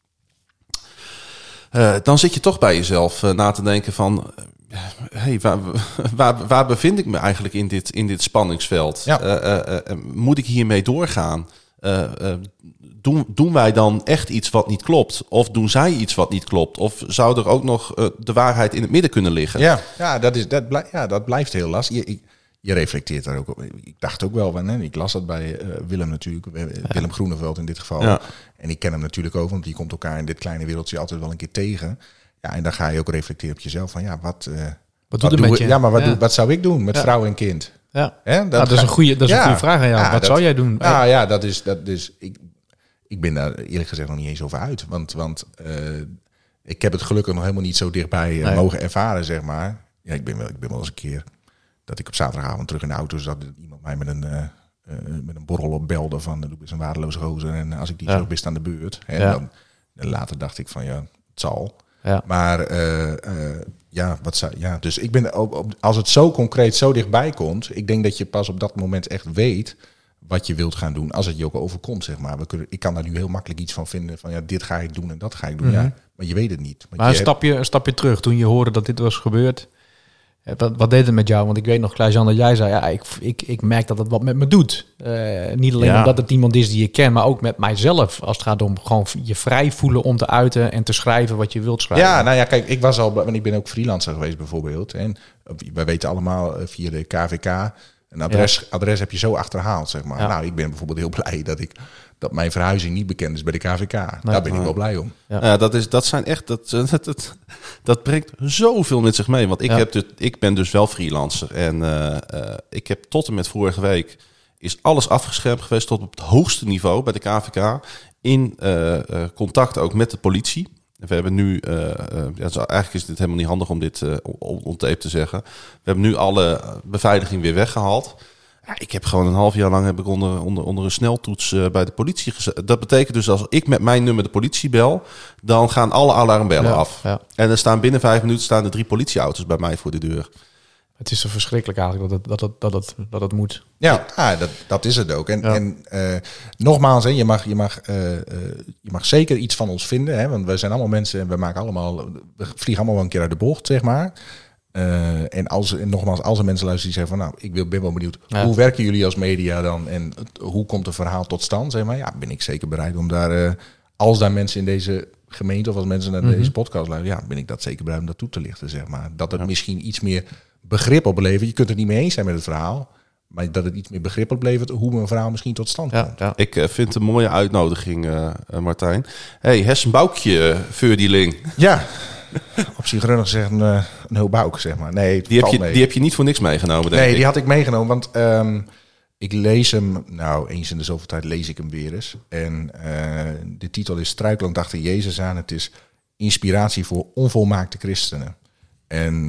Dan zit je toch bij jezelf na te denken van... waar bevind ik me eigenlijk in dit spanningsveld? Ja. Moet ik hiermee doorgaan? Doen wij dan echt iets wat niet klopt? Of doen zij iets wat niet klopt? Of zou er ook nog de waarheid in het midden kunnen liggen? Dat blijft heel lastig. Je reflecteert daar ook op. Ik dacht ook wel van, ik las dat bij Willem natuurlijk. Willem Groeneveld in dit geval. Ja. En ik ken hem natuurlijk ook, want die komt elkaar in dit kleine wereldje altijd wel een keer tegen. Ja, en dan ga je ook reflecteren op jezelf van, wat doe je met je? Ja, maar wat zou ik doen met vrouw en kind? Ja, dat is een goede vraag aan jou. Wat zou jij doen? Dat is ik ben daar eerlijk gezegd nog niet eens over uit. Want ik heb het gelukkig nog helemaal niet zo dichtbij mogen ervaren, zeg maar. Ja, ik ben wel eens een keer dat ik op zaterdagavond terug in de auto zat. Dat iemand mij met een borrel op belde van, doe eens een waardeloze gozer. En als ik die zo wist aan de beurt. En dan later dacht ik van, het zal. Ja. Maar dus ik ben als het zo concreet zo dichtbij komt, ik denk dat je pas op dat moment echt weet wat je wilt gaan doen als het je ook overkomt, zeg maar. Ik kan daar nu heel makkelijk iets van vinden van dit ga ik doen en dat ga ik doen. Mm-hmm. Ja, maar je weet het niet. Maar een stapje terug, toen je hoorde dat dit was gebeurd, wat deed het met jou? Want ik weet nog, Klaas-Jan, dat jij zei, ik merk dat het wat met me doet. Niet alleen omdat het iemand is die ik ken, maar ook met mijzelf. Als het gaat om gewoon je vrij voelen om te uiten en te schrijven wat je wilt schrijven. Ja, kijk, ik ben ook freelancer geweest bijvoorbeeld. En wij weten allemaal via de KVK, een adres heb je zo achterhaald, zeg maar. Ja. Nou, ik ben bijvoorbeeld heel blij dat mijn verhuizing niet bekend is bij de KVK. Daar ben ik wel blij om. Ja, dat brengt zoveel met zich mee. Want ik ben dus wel freelancer. En ik heb tot en met vorige week is alles afgeschermd geweest tot op het hoogste niveau bij de KVK. In contact ook met de politie. We hebben nu, eigenlijk is dit helemaal niet handig om dit om te even te zeggen. We hebben nu alle beveiliging weer weggehaald. Ja, ik heb gewoon een half jaar lang onder een sneltoets bij de politie gezet. Dat betekent dus als ik met mijn nummer de politie bel, dan gaan alle alarmbellen af. Ja. En er staan binnen 5 minuten 3 politieauto's bij mij voor de deur. Het is zo verschrikkelijk eigenlijk dat het moet. Ja, dat is het ook. En nogmaals, je mag zeker iets van ons vinden. Hè, want we zijn allemaal mensen en we vliegen allemaal wel een keer uit de bocht, zeg maar. En als er mensen luisteren die zeggen van, ben wel benieuwd, hoe werken jullie als media dan en hoe komt een verhaal tot stand? Zeg maar, ben ik zeker bereid om daar, als daar mensen in deze gemeente of als mensen naar deze podcast luisteren, ben ik dat zeker bereid om dat toe te lichten, zeg maar. Dat het misschien iets meer begrip oplevert. Je kunt het niet mee eens zijn met het verhaal, maar dat het iets meer begrip oplevert hoe een verhaal misschien tot stand komt. Ja. Ik vind het een mooie uitnodiging, Martijn. Hessenboukje voor die ling. Ja. Op zich runnig gezegd een heel buik, zeg maar. Nee, die heb je niet voor niks meegenomen, denk ik. Die had ik meegenomen, want ik lees hem, eens in de zoveel tijd lees ik hem weer eens. En de titel is Struikelend achter Jezus aan. Het is inspiratie voor onvolmaakte christenen. En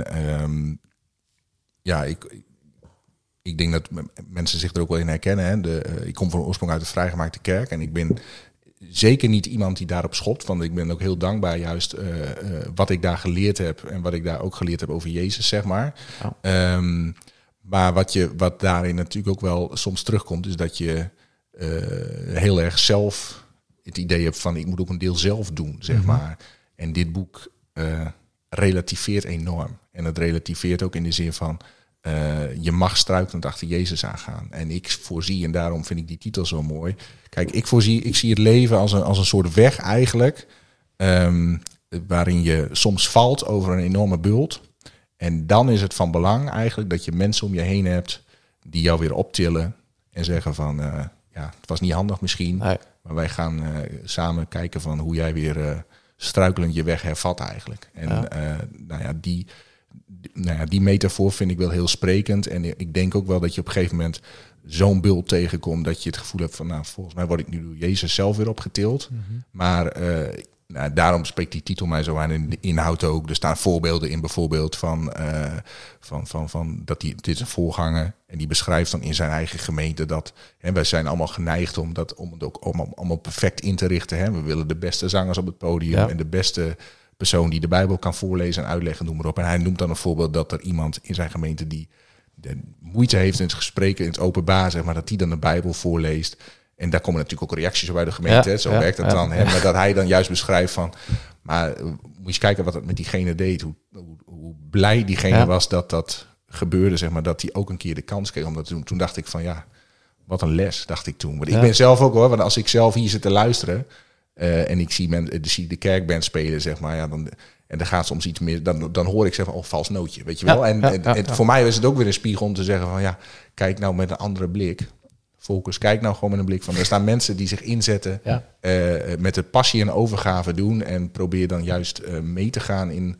ik denk dat mensen zich er ook wel in herkennen. Hè. Ik kom van oorsprong uit de vrijgemaakte kerk en ik ben zeker niet iemand die daarop schopt. Want ik ben ook heel dankbaar juist wat ik daar geleerd heb en wat ik daar ook geleerd heb over Jezus, zeg maar. Ja. Maar wat daarin natuurlijk ook wel soms terugkomt, is dat je heel erg zelf het idee hebt van ik moet ook een deel zelf doen, zeg maar. En dit boek relativeert enorm. En het relativeert ook in de zin van je mag struikelend achter Jezus aangaan. En ik voorzie, en daarom vind ik die titel zo mooi. Kijk, ik zie het leven als een soort weg eigenlijk, waarin je soms valt over een enorme bult. En dan is het van belang eigenlijk dat je mensen om je heen hebt die jou weer optillen en zeggen van, het was niet handig misschien, Nee. maar wij gaan samen kijken van hoe jij weer struikelend je weg hervat eigenlijk. En die metafoor vind ik wel heel sprekend. En ik denk ook wel dat je op een gegeven moment zo'n bult tegenkomt dat je het gevoel hebt van, volgens mij word ik nu door Jezus zelf weer opgetild. Mm-hmm. Maar daarom spreekt die titel mij zo aan in de inhoud ook. Er staan voorbeelden in bijvoorbeeld van dat dit is een voorganger en die beschrijft dan in zijn eigen gemeente dat wij zijn allemaal geneigd om het ook allemaal perfect in te richten. Hè. We willen de beste zangers op het podium en de beste persoon die de Bijbel kan voorlezen en uitleggen, noem maar op. En hij noemt dan een voorbeeld dat er iemand in zijn gemeente die de moeite heeft in het gesprek, in het openbaar, zeg maar, dat die dan de Bijbel voorleest. En daar komen natuurlijk ook reacties op uit de gemeente. Hè? Zo werkt het dan. Hè? Maar dat hij dan juist beschrijft van, maar moet je eens kijken wat het met diegene deed. Hoe blij diegene was dat gebeurde, zeg maar, dat hij ook een keer de kans kreeg. Omdat toen dacht ik van, wat een les, dacht ik toen. Maar ik ben zelf ook hoor, want als ik zelf hier zit te luisteren en ik zie de kerkband spelen, zeg maar, en er gaat soms iets mis, dan hoor ik zeggen, vals nootje, weet je wel. En voor mij is het ook weer een spiegel om te zeggen van, kijk nou met een andere blik. Focus, kijk nou gewoon met een blik van, er staan mensen die zich inzetten, met de passie en overgave doen en probeer dan juist mee te gaan in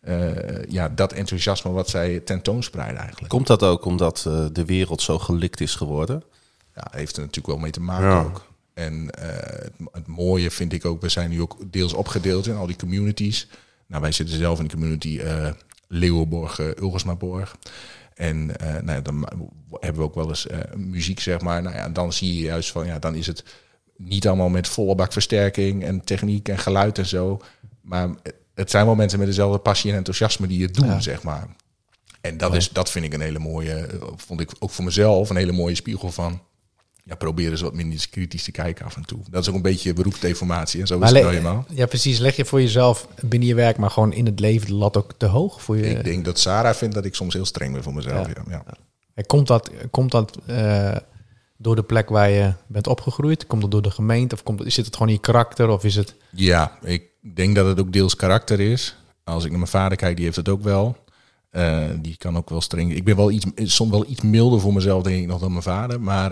dat enthousiasme wat zij tentoonspreiden eigenlijk. Komt dat ook omdat de wereld zo gelikt is geworden? Ja, heeft er natuurlijk wel mee te maken ook. En het mooie vind ik ook, we zijn nu ook deels opgedeeld in al die communities. Nou, wij zitten zelf in de community Leeuwenborg, Ulgersmaborg. En dan hebben we ook wel eens muziek, zeg maar. Dan zie je juist van, dan is het niet allemaal met volle bak versterking en techniek en geluid en zo. Maar het zijn wel mensen met dezelfde passie en enthousiasme die het doen, zeg maar. En dat vind ik een hele mooie, vond ik ook voor mezelf een hele mooie spiegel van, probeer eens wat minder kritisch te kijken af en toe. Dat is ook een beetje beroepsdeformatie en zo is het nou helemaal. Ja, precies. Leg je voor jezelf binnen je werk, maar gewoon in het leven de lat ook te hoog voor je? Ik denk dat Sarah vindt dat ik soms heel streng ben voor mezelf. Ja. En komt dat door de plek waar je bent opgegroeid? Komt het door de gemeente? Of zit het gewoon in je karakter? Of is het? Ja, ik denk dat het ook deels karakter is. Als ik naar mijn vader kijk, die heeft het ook wel. Die kan ook wel streng. Ik ben soms wel iets milder voor mezelf, denk ik, nog dan mijn vader. Maar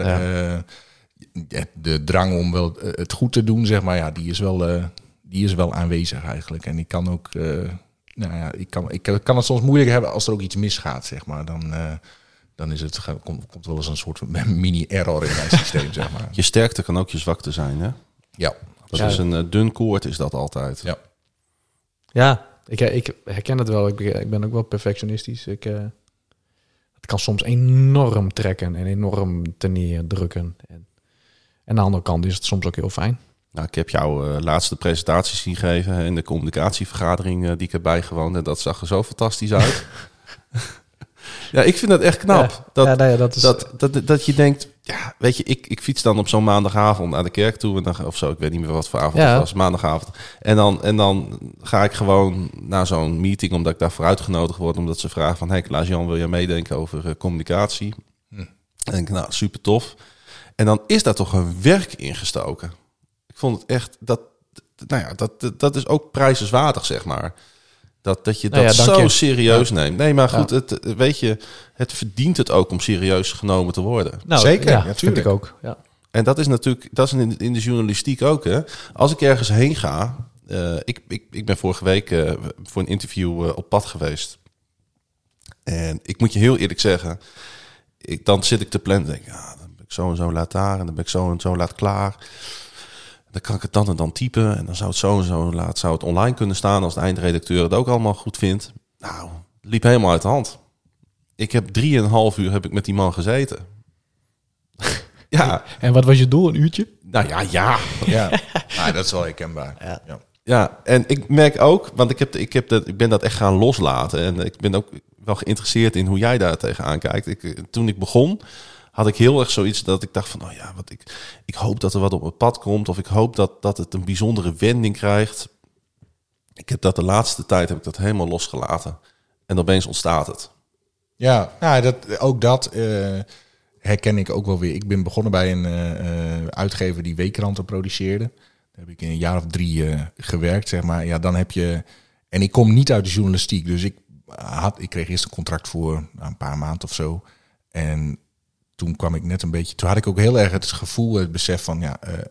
de drang om wel het goed te doen, zeg maar, die is wel aanwezig eigenlijk. En ik kan ook, ik kan het soms moeilijk hebben als er ook iets misgaat, zeg maar. Dan is het, komt wel eens een soort mini-error in mijn systeem, zeg maar. Je sterkte kan ook je zwakte zijn, hè? Ja. Dat is een dun koord, is dat altijd. Ja. Ja. Ik herken het wel. Ik ben ook wel perfectionistisch. Het kan soms enorm trekken en enorm neerdrukken. En aan de andere kant is het soms ook heel fijn. Nou, ik heb jouw laatste presentatie zien geven in de communicatievergadering die ik heb bijgewoond. En dat zag er zo fantastisch uit. Ja, ik vind dat echt knap. Dat je denkt, weet je, ik fiets dan op zo'n maandagavond naar de kerk toe of zo. Ik weet niet meer wat voor avond het was, maandagavond. En dan ga ik gewoon naar zo'n meeting, omdat ik daarvoor uitgenodigd word, omdat ze vragen van, hey Klaas-Jan, wil jij meedenken over communicatie? En denk ik, nou, super tof. En dan is daar toch een werk ingestoken. Ik vond het echt, dat is ook prijzenswaardig, zeg maar. Dat je dat zo serieus neemt. Nee, maar goed, het verdient het ook om serieus genomen te worden. Nou, zeker, dat vind ik ook. Ja. En dat is natuurlijk, in de journalistiek ook. Hè. Als ik ergens heen ga, ik ben vorige week voor een interview op pad geweest. En ik moet je heel eerlijk zeggen, dan zit ik te plannen en denk, dan ben ik zo en zo laat daar en dan ben ik zo en zo laat klaar. Dan kan ik het dan en dan typen en dan zou het zo en zo laat zou het online kunnen staan als de eindredacteur het ook allemaal goed vindt. Nou, het liep helemaal uit de hand. Ik heb 3,5 uur heb ik met die man gezeten. Ja. En wat was je doel? Een uurtje? Nou ja. Dat is wel herkenbaar. Ja, en ik merk ook, want ik ben dat echt gaan loslaten en ik ben ook wel geïnteresseerd in hoe jij daar tegenaan kijkt. Toen ik begon, had ik heel erg zoiets dat ik dacht van, ik hoop dat er wat op mijn pad komt. Of ik hoop dat het een bijzondere wending krijgt. Ik heb dat de laatste tijd helemaal losgelaten. En opeens ontstaat het. Ja, dat herken ik ook wel weer. Ik ben begonnen bij een uitgever die weekkranten produceerde. Daar heb ik in een jaar of 3 gewerkt, zeg maar. Ja, dan heb je... En ik kom niet uit de journalistiek, dus ik kreeg eerst een contract voor een paar maanden of zo. En toen kwam ik net een beetje... Toen had ik ook heel erg het gevoel, het besef van...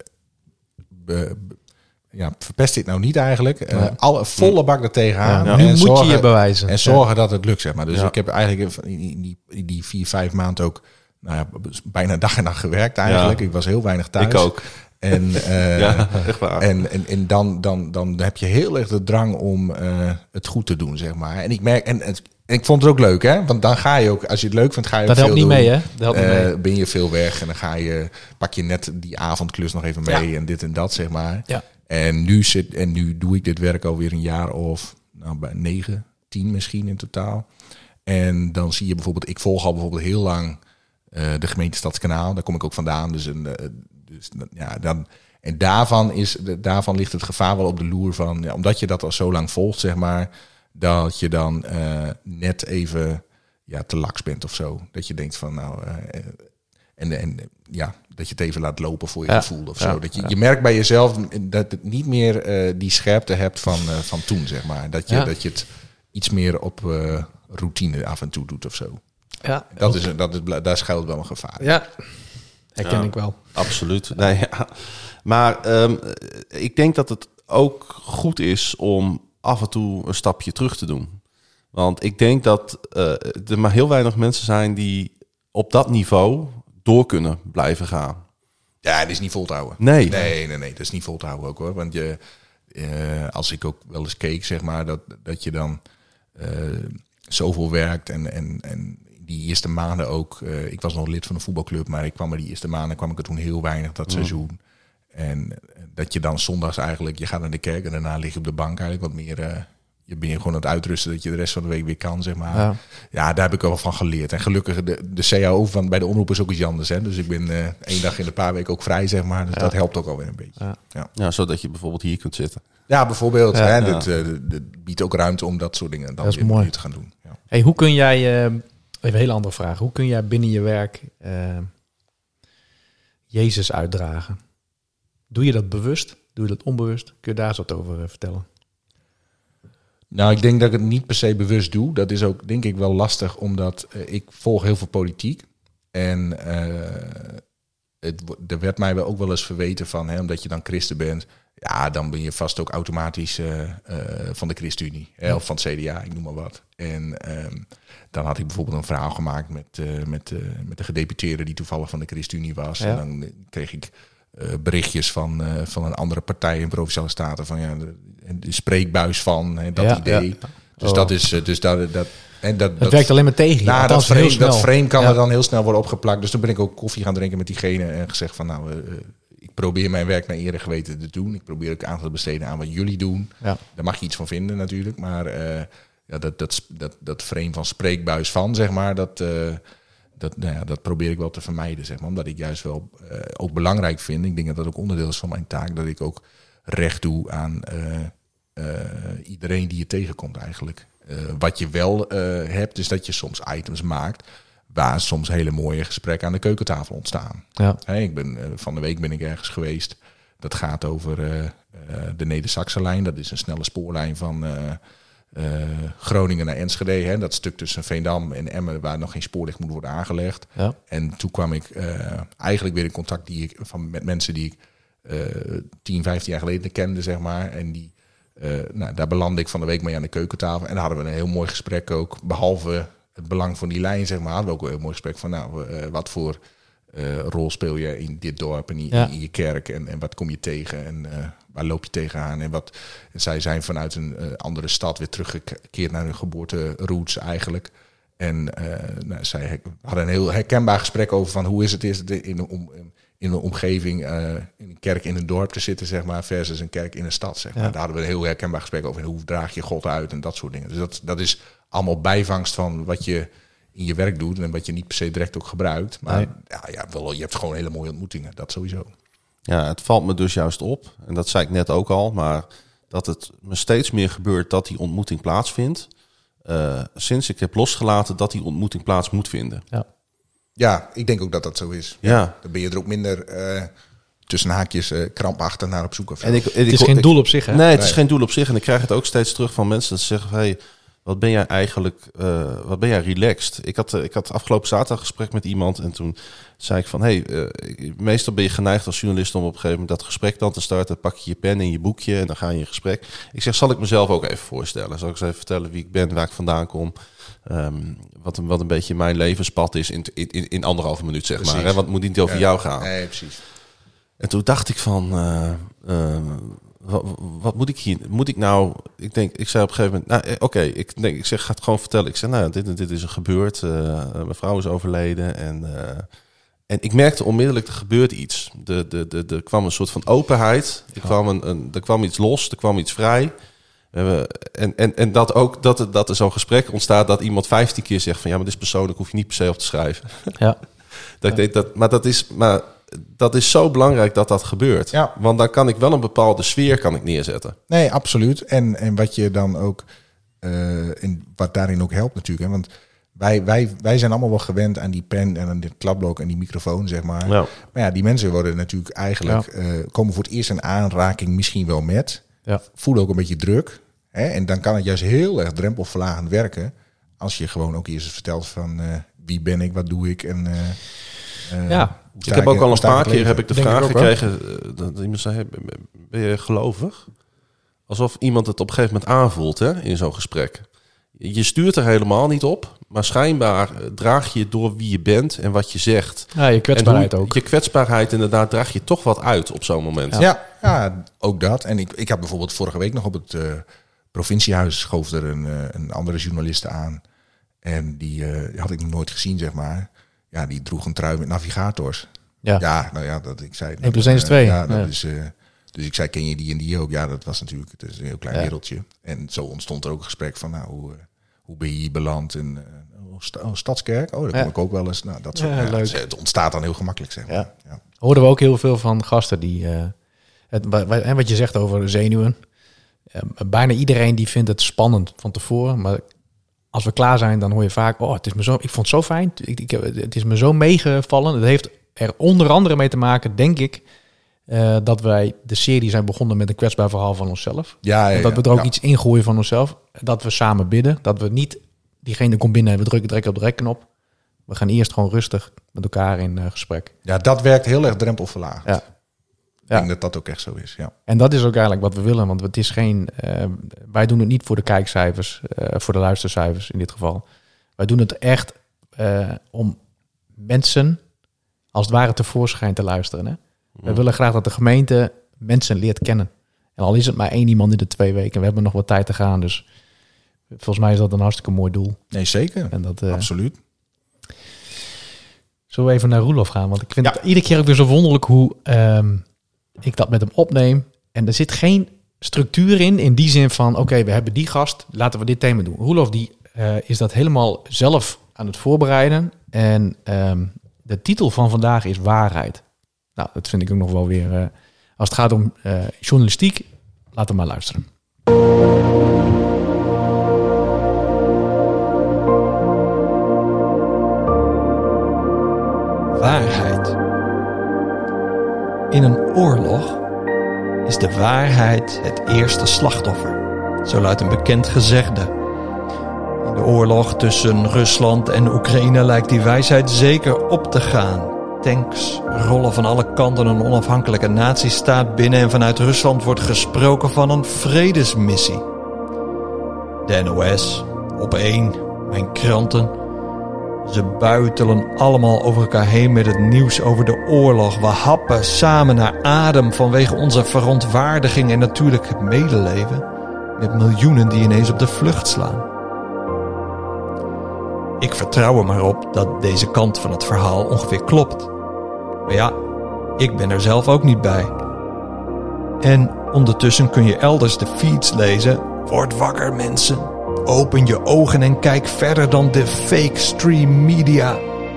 verpest dit nou niet eigenlijk? Alle volle bak er tegenaan. Ja. Nu moet je je bewijzen. En zorgen dat het lukt, zeg maar. Dus ik heb eigenlijk in die 4-5 maanden ook bijna dag en nacht gewerkt eigenlijk. Ja. Ik was heel weinig thuis. Ik ook. En, echt waar. En dan heb je heel erg de drang om het goed te doen, zeg maar. En ik merk... En ik vond het ook leuk, hè? Want dan ga je ook, als je het leuk vindt, ga je dat ook helpt veel niet doen. mee, hè? Dat helpt niet mee. Ben je veel weg en dan pak je net die avondklus nog even mee en dit en dat, zeg maar. Ja. En nu doe ik dit werk alweer een jaar of bij 9, 10 misschien in totaal. En dan zie je bijvoorbeeld, ik volg al bijvoorbeeld heel lang de gemeente Stadskanaal. Daar kom ik ook vandaan. En daarvan ligt het gevaar wel op de loer van, omdat je dat al zo lang volgt, zeg maar, dat je dan net even te laks bent of zo. Dat je denkt van dat je het even laat lopen voor je gevoel of zo. Dat je merkt bij jezelf dat het niet meer die scherpte hebt van toen, zeg maar. Dat je het iets meer op routine af en toe doet of zo. Ja. Daar schuilt wel een gevaar. Ja, herken ik wel. Absoluut. Nee, ja. Maar ik denk dat het ook goed is om af en toe een stapje terug te doen. Want ik denk dat er maar heel weinig mensen zijn die op dat niveau door kunnen blijven gaan. Ja, het is niet vol te houden. Nee, dat is niet vol te houden ook, hoor. Want als ik ook wel eens keek, zeg maar, dat je dan zoveel werkt en die eerste maanden ook. Ik was nog lid van een voetbalclub, maar ik kwam er die eerste maanden kwam ik er toen heel weinig dat seizoen. En dat je dan zondags eigenlijk, je gaat naar de kerk en daarna lig je op de bank eigenlijk wat meer. Je ben je gewoon aan het uitrusten dat je de rest van de week weer kan, zeg maar. Ja, daar heb ik wel van geleerd. En gelukkig, de CAO bij de omroep is ook iets anders. Hè? Dus ik ben 1 dag in de paar weken ook vrij, zeg maar. Dus dat helpt ook alweer een beetje. Ja, zodat je bijvoorbeeld hier kunt zitten. Ja, bijvoorbeeld. Dat biedt ook ruimte om dat soort dingen dan weer te gaan doen. Ja. Hey, hoe kun jij... even een hele andere vraag. Hoe kun jij binnen je werk Jezus uitdragen? Doe je dat bewust? Doe je dat onbewust? Kun je daar eens wat over vertellen? Nou, ik denk dat ik het niet per se bewust doe. Dat is ook, denk ik, wel lastig, omdat ik volg heel veel politiek. En er werd mij wel ook wel eens verweten van, omdat je dan christen bent, ja, dan ben je vast ook automatisch van de ChristenUnie. Of van het CDA, ik noem maar wat. En dan had ik bijvoorbeeld een verhaal gemaakt met de gedeputeerde die toevallig van de ChristenUnie was. Ja. En dan kreeg ik berichtjes van een andere partij in Provinciale Staten van de spreekbuis van dat idee. Ja. Dus dat is dat werkt alleen maar tegen je. Dat frame kan er dan heel snel worden opgeplakt. Dus toen ben ik ook koffie gaan drinken met diegene en gezegd van ik probeer mijn werk naar eer en geweten te doen. Ik probeer ook aandacht te besteden aan wat jullie doen. Ja. Daar mag je iets van vinden natuurlijk, maar dat frame van spreekbuis van, zeg maar, dat probeer ik wel te vermijden, zeg maar. Omdat ik juist wel ook belangrijk vind. Ik denk dat dat ook onderdeel is van mijn taak. Dat ik ook recht doe aan iedereen die je tegenkomt eigenlijk. Wat je wel hebt, is dat je soms items maakt waar soms hele mooie gesprekken aan de keukentafel ontstaan. Ja. Van de week ben ik ergens geweest. Dat gaat over de Neder-Saxe-lijn. Dat is een snelle spoorlijn van Groningen naar Enschede. Dat stuk tussen Veendam en Emmen waar nog geen spoorlicht moet worden aangelegd. Ja. En toen kwam ik eigenlijk weer in contact met mensen die ik 10, 15 jaar geleden kende, zeg maar. En die daar belandde ik van de week mee aan de keukentafel. En daar hadden we een heel mooi gesprek ook. Behalve het belang van die lijn, zeg maar, hadden we ook een heel mooi gesprek van wat voor rol speel je in dit dorp en in je kerk en wat kom je tegen en waar loop je tegenaan en wat. En zij zijn vanuit een andere stad weer teruggekeerd naar hun geboorteroots eigenlijk. En zij hadden een heel herkenbaar gesprek over van hoe is het in een omgeving, in een kerk in een dorp te zitten, zeg maar, versus een kerk in een stad, zeg maar. Ja. Daar hadden we een heel herkenbaar gesprek over. En hoe draag je God uit en dat soort dingen. Dus dat is allemaal bijvangst van wat je in je werk doet en wat je niet per se direct ook gebruikt. Maar je hebt gewoon hele mooie ontmoetingen, dat sowieso. Ja, het valt me dus juist op, en dat zei ik net ook al, maar dat het me steeds meer gebeurt dat die ontmoeting plaatsvindt. Sinds ik heb losgelaten dat die ontmoeting plaats moet vinden. Ja. Ja, ik denk ook dat dat zo is. Ja. Dan ben je er ook minder tussen haakjes krampachtig naar op zoek. Of het is geen doel op zich, hè? Nee, het is geen doel op zich. En ik krijg het ook steeds terug van mensen dat ze zeggen, hey, wat ben jij eigenlijk, wat ben jij relaxed? Ik had afgelopen zaterdag een gesprek met iemand en toen zei ik van, meestal ben je geneigd als journalist om op een gegeven moment dat gesprek dan te starten. Pak je je pen en je boekje en dan ga je in gesprek. Ik zeg, zal ik mezelf ook even voorstellen? Zal ik eens even vertellen wie ik ben, waar ik vandaan kom? Wat een beetje mijn levenspad is in 1,5 minuut, zeg maar. Hè? Want het moet niet over jou gaan. Nee, precies. En toen dacht ik van, wat moet ik hier? Moet ik nou? Ik zei op een gegeven moment, ik zeg, ga het gewoon vertellen. Ik zei, dit is er gebeurd. Mijn vrouw is overleden en ik merkte onmiddellijk, er gebeurt iets. Er kwam een soort van openheid. Er kwam iets los, er kwam iets vrij. En dat er zo'n gesprek ontstaat dat iemand 15 keer zegt van, ja, maar dit is persoonlijk, hoef je niet per se op te schrijven. Ja. Dat is zo belangrijk dat gebeurt. Ja. Want dan kan ik wel een bepaalde sfeer neerzetten. Nee, absoluut. En wat je dan ook, wat daarin ook helpt natuurlijk. Hè? Want wij zijn allemaal wel gewend aan die pen en aan dit kladblok en die microfoon, zeg maar. Ja. Maar ja, die mensen worden natuurlijk eigenlijk, komen voor het eerst in aanraking misschien wel met. Ja. Voelen ook een beetje druk. Hè? En dan kan het juist heel erg drempelverlagend werken. Als je gewoon ook eerst vertelt van wie ben ik, wat doe ik en... Ik heb ook al een paar keer de vraag gekregen dat iemand zei, ben je gelovig? Alsof iemand het op een gegeven moment aanvoelt, hè, in zo'n gesprek. Je stuurt er helemaal niet op, maar schijnbaar draag je door wie je bent en wat je zegt. Ja, je kwetsbaarheid ook. Je kwetsbaarheid inderdaad, draag je toch wat uit op zo'n moment. Ja, ook dat. En ik had bijvoorbeeld vorige week nog op het provinciehuis schoof er een andere journaliste aan. En die had ik nog nooit gezien, zeg maar. Ja, die droeg een trui met navigators. Ik zei... 1 + 1 is 2. Dus ik zei, ken je die en die ook? Ja, dat was natuurlijk, het is een heel klein wereldje. En zo ontstond er ook een gesprek van, hoe ben je hier beland? En Stadskerk? Daar kom ik ook wel eens. Nou, dat soort, leuk. Het ontstaat dan heel gemakkelijk, zeg maar. Ja. Hoorden we ook heel veel van gasten die... en wat je zegt over zenuwen. Bijna iedereen die vindt het spannend van tevoren, maar... Als we klaar zijn, dan hoor je vaak... ik vond het zo fijn. Het is me zo meegevallen. Het heeft er onder andere mee te maken, denk ik... dat wij de serie zijn begonnen met een kwetsbaar verhaal van onszelf. Dat we er ook iets ingooien van onszelf. Dat we samen bidden. Dat we niet... Diegene komt binnen en we drukken direct op de rekknop. We gaan eerst gewoon rustig met elkaar in gesprek. Ja, dat werkt heel erg drempelverlagend. Ja. Ik denk dat ook echt zo is, ja. En dat is ook eigenlijk wat we willen. Want het is geen... wij doen het niet voor de kijkcijfers. Voor de luistercijfers in dit geval. Wij doen het echt om mensen als het ware tevoorschijn te luisteren. Hè? We willen graag dat de gemeente mensen leert kennen. En al is het maar 1 iemand in de 2 weken. We hebben nog wat tijd te gaan. Dus volgens mij is dat een hartstikke mooi doel. Nee, zeker. En dat, absoluut. Zullen we even naar Roelof gaan? Want ik vind het iedere keer ook weer zo wonderlijk hoe... ik dat met hem opneem. En er zit geen structuur in die zin van... oké, we hebben die gast, laten we dit thema doen. Roelof die is dat helemaal zelf aan het voorbereiden. En de titel van vandaag is Waarheid. Nou, dat vind ik ook nog wel weer... als het gaat om journalistiek, laten we maar luisteren. Waarheid. In een oorlog is de waarheid het eerste slachtoffer. Zo luidt een bekend gezegde. In de oorlog tussen Rusland en Oekraïne lijkt die wijsheid zeker op te gaan. Tanks rollen van alle kanten een onafhankelijke natiestaat binnen en vanuit Rusland wordt gesproken van een vredesmissie. De NOS, Op1, mijn kranten... Ze buitelen allemaal over elkaar heen met het nieuws over de oorlog. We happen samen naar adem vanwege onze verontwaardiging en natuurlijk het medeleven met miljoenen die ineens op de vlucht slaan. Ik vertrouw er maar op dat deze kant van het verhaal ongeveer klopt. Maar ja, ik ben er zelf ook niet bij. En ondertussen kun je elders de feeds lezen. Word wakker, mensen. Open je ogen en kijk verder dan de fake stream media.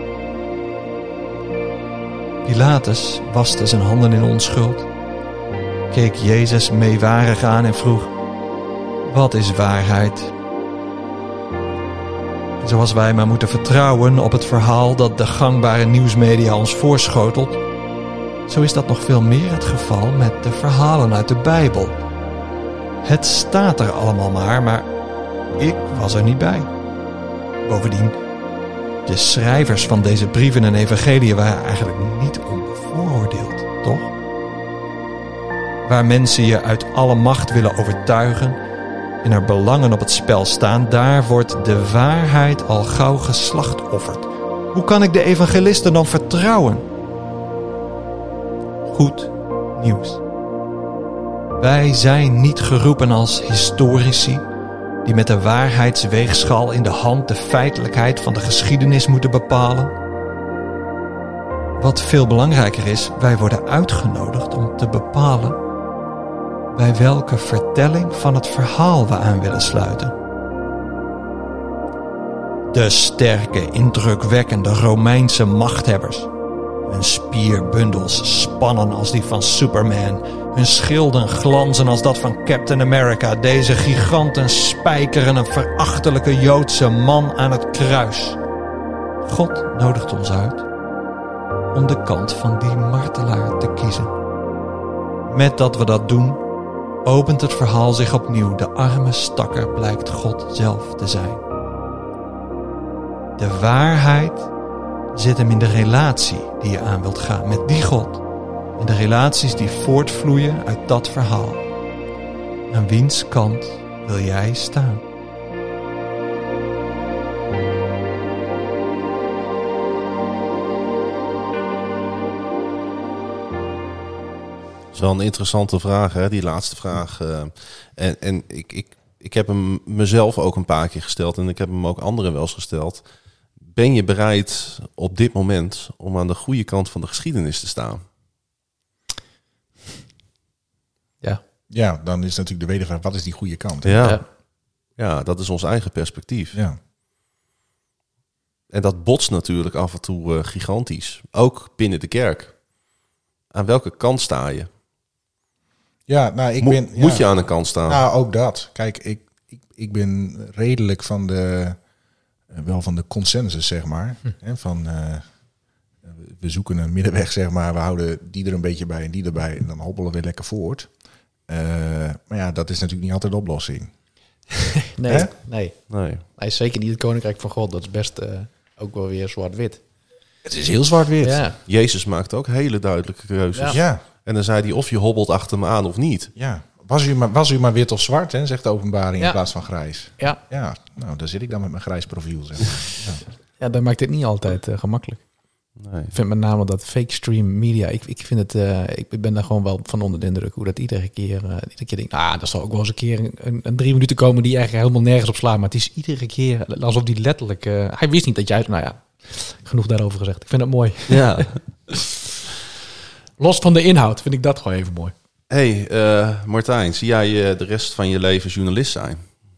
Pilatus waste zijn handen in onschuld, keek Jezus meewarig aan en vroeg: wat is waarheid? En zoals wij maar moeten vertrouwen op het verhaal dat de gangbare nieuwsmedia ons voorschotelt, zo is dat nog veel meer het geval met de verhalen uit de Bijbel. Het staat er allemaal maar Ik was er niet bij. Bovendien, de schrijvers van deze brieven en evangeliën waren eigenlijk niet onbevooroordeeld, toch? Waar mensen je uit alle macht willen overtuigen en er belangen op het spel staan, daar wordt de waarheid al gauw geslachtofferd. Hoe kan ik de evangelisten dan vertrouwen? Goed nieuws. Wij zijn niet geroepen als historici die met de waarheidsweegschaal in de hand de feitelijkheid van de geschiedenis moeten bepalen. Wat veel belangrijker is, wij worden uitgenodigd om te bepalen bij welke vertelling van het verhaal we aan willen sluiten. De sterke, indrukwekkende Romeinse machthebbers. Hun spierbundels spannen als die van Superman. Hun schilden glanzen als dat van Captain America. Deze giganten spijkeren een verachtelijke Joodse man aan het kruis. God nodigt ons uit om de kant van die martelaar te kiezen. Met dat we dat doen, opent het verhaal zich opnieuw. De arme stakker blijkt God zelf te zijn. De waarheid zit hem in de relatie die je aan wilt gaan met die God. En de relaties die voortvloeien uit dat verhaal. Aan wiens kant wil jij staan? Dat is wel een interessante vraag, hè? Die laatste vraag. En ik heb hem mezelf ook een paar keer gesteld en ik heb hem ook anderen wel eens gesteld. Ben je bereid op dit moment om aan de goede kant van de geschiedenis te staan? Ja, dan is natuurlijk de wedervraag, wat is die goede kant? Ja, dat is ons eigen perspectief. Ja. En dat botst natuurlijk af en toe gigantisch. Ook binnen de kerk. Aan welke kant sta je? Ja, nou, Moet je aan een kant staan? Nou, ook dat. Kijk, ik ben redelijk van de consensus, zeg maar. Van, we zoeken een middenweg, zeg maar. We houden die er een beetje bij en die erbij. En dan hobbelen we lekker voort. Maar ja, dat is natuurlijk niet altijd de oplossing. Nee, zeker niet het koninkrijk van God. Dat is best ook wel weer zwart-wit. Het is heel zwart-wit. Ja. Jezus maakt ook hele duidelijke keuzes. Ja. En dan zei hij of je hobbelt achter me aan of niet. Ja. Was u maar wit of zwart, hè, zegt de openbaring in plaats van grijs. Ja. Ja, nou, daar zit ik dan met mijn grijs profiel, zeg maar. Ja, dat maakt het niet altijd gemakkelijk. Nee. Ik vind met name dat fake stream media, ik vind het, ik ben daar gewoon wel van onder de indruk hoe dat iedere keer denkt, nou, dat zal ook wel eens een keer een 3 minuten komen die eigenlijk helemaal nergens op slaat, maar het is iedere keer alsof die letterlijk, hij wist niet dat jij, nou ja, genoeg daarover gezegd. Ik vind het mooi. Ja. Los van de inhoud vind ik dat gewoon even mooi. Hey, Martijn, zie jij de rest van je leven journalist zijn?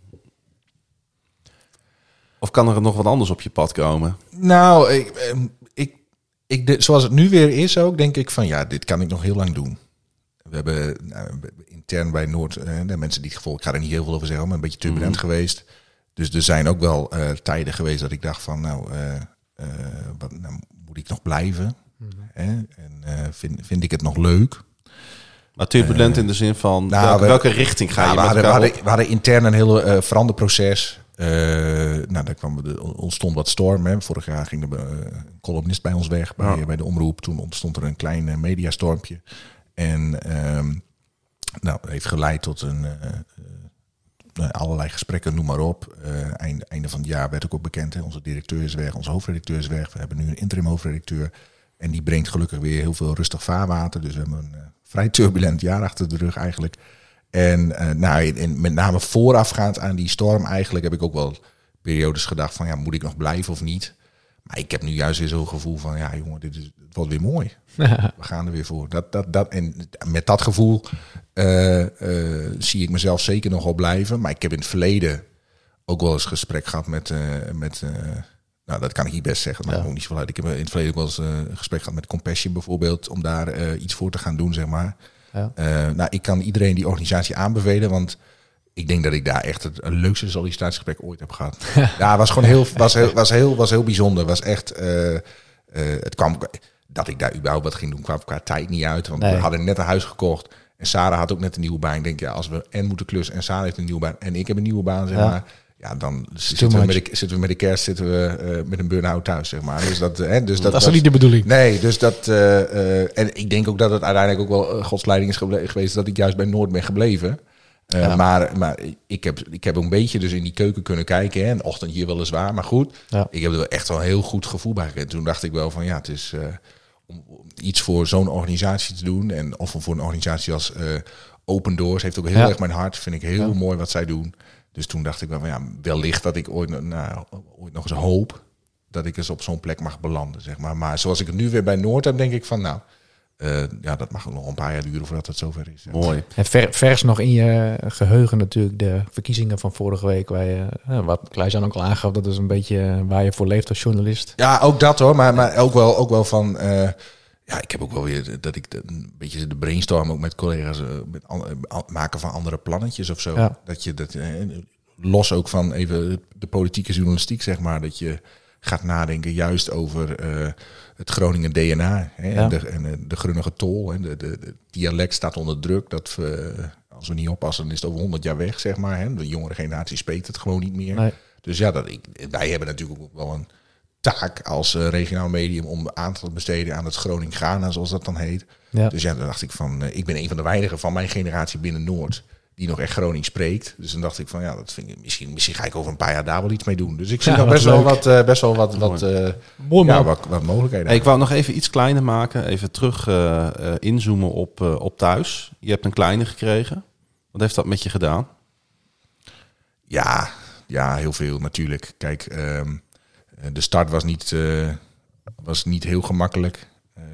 Of kan er nog wat anders op je pad komen? Nou, zoals het nu weer is ook, denk ik van ja, dit kan ik nog heel lang doen. We hebben intern bij Noord, de mensen die het gevolgd, ik ga er niet heel veel over zeggen, maar een beetje turbulent geweest. Dus er zijn ook wel tijden geweest dat ik dacht van nou moet ik nog blijven? En vind ik het nog leuk? Maar turbulent in de zin van welke richting ga je met elkaar op? We hadden intern een heel veranderproces. Daar ontstond wat storm. Hè. Vorig jaar ging er een columnist bij ons weg bij de omroep. Toen ontstond er een klein mediastormpje. En dat heeft geleid tot allerlei gesprekken, noem maar op. Einde van het jaar werd ook bekend. Hè. Onze directeur is weg, onze hoofdredacteur is weg. We hebben nu een interim hoofdredacteur. En die brengt gelukkig weer heel veel rustig vaarwater. Dus we hebben een vrij turbulent jaar achter de rug eigenlijk. En met name voorafgaand aan die storm eigenlijk heb ik ook wel periodes gedacht van ja, moet ik nog blijven of niet? Maar ik heb nu juist weer zo'n gevoel van ja jongen, het wordt weer mooi. We gaan er weer voor. En met dat gevoel zie ik mezelf zeker nog wel blijven. Maar ik heb in het verleden ook wel eens gesprek gehad met nou, dat kan ik niet best zeggen, maar ook niet zoveel uit. Ik heb in het verleden ook wel eens een gesprek gehad met Compassion bijvoorbeeld, om daar iets voor te gaan doen, zeg maar. Ja. Ik kan iedereen die organisatie aanbevelen, want ik denk dat ik daar echt het leukste sollicitatiegesprek ooit heb gehad. Ja, het was gewoon was heel bijzonder. Was echt, het kwam dat ik daar überhaupt wat ging doen, kwam qua tijd niet uit, want we hadden net een huis gekocht en Sarah had ook net een nieuwe baan. Ik denk, ja, als we moeten klussen en Sarah heeft een nieuwe baan en ik heb een nieuwe baan, zeg maar. ja, dan zitten we met de kerst met een burn-out thuis, zeg maar. Dus dat is niet de bedoeling. Nee, dus dat... en ik denk ook dat het uiteindelijk ook wel Gods leiding is geweest dat ik juist bij Noord ben gebleven. Maar ik heb een beetje dus in die keuken kunnen kijken. Hè, een ochtend hier weliswaar, maar goed. Ja. Ik heb er echt wel een heel goed gevoel bij gekregen. Toen dacht ik wel van ja, het is om iets voor zo'n organisatie te doen. Of voor een organisatie als Open Doors heeft ook heel erg mijn hart. Vind ik heel mooi wat zij doen. Dus toen dacht ik wel van ja, wellicht dat ik ooit nog eens hoop dat ik eens op zo'n plek mag belanden, zeg maar. Maar zoals ik het nu weer bij Noord heb, denk ik van nou... dat mag ook nog een paar jaar duren voordat het zover is. Mooi. En vers nog in je geheugen natuurlijk de verkiezingen van vorige week. Waar je, wat Klaas-Jan ook al aangaf, dat is een beetje waar je voor leeft als journalist. Ja, ook dat hoor. Maar ook wel van... ik heb ook wel weer dat ik een beetje de brainstorm ook met collega's... met maken van andere plannetjes of zo. Ja. Dat je dat los ook van even de politieke journalistiek, zeg maar. Dat je gaat nadenken juist over... het Groningen DNA en de Grunnige tol. En de dialect staat onder druk. Dat als we niet oppassen, dan is het over 100 jaar weg, zeg maar. Hè. De jongere generatie spreekt het gewoon niet meer. Nee. Dus ja, wij hebben natuurlijk ook wel een taak als regionaal medium... om aandacht te besteden aan het Groningen-Ghana, zoals dat dan heet. Ja. Dus ja, dan dacht ik van... ik ben een van de weinigen van mijn generatie binnen Noord... die nog echt Gronings spreekt. Dus dan dacht ik van ja, dat vind ik misschien ga ik over een paar jaar daar wel iets mee doen. Dus ik zie nog best wel wat mogelijkheden. Hey, ik wou nog even iets kleiner maken. Even terug inzoomen op thuis. Je hebt een kleine gekregen. Wat heeft dat met je gedaan? Ja, heel veel natuurlijk. Kijk, de start was niet heel gemakkelijk.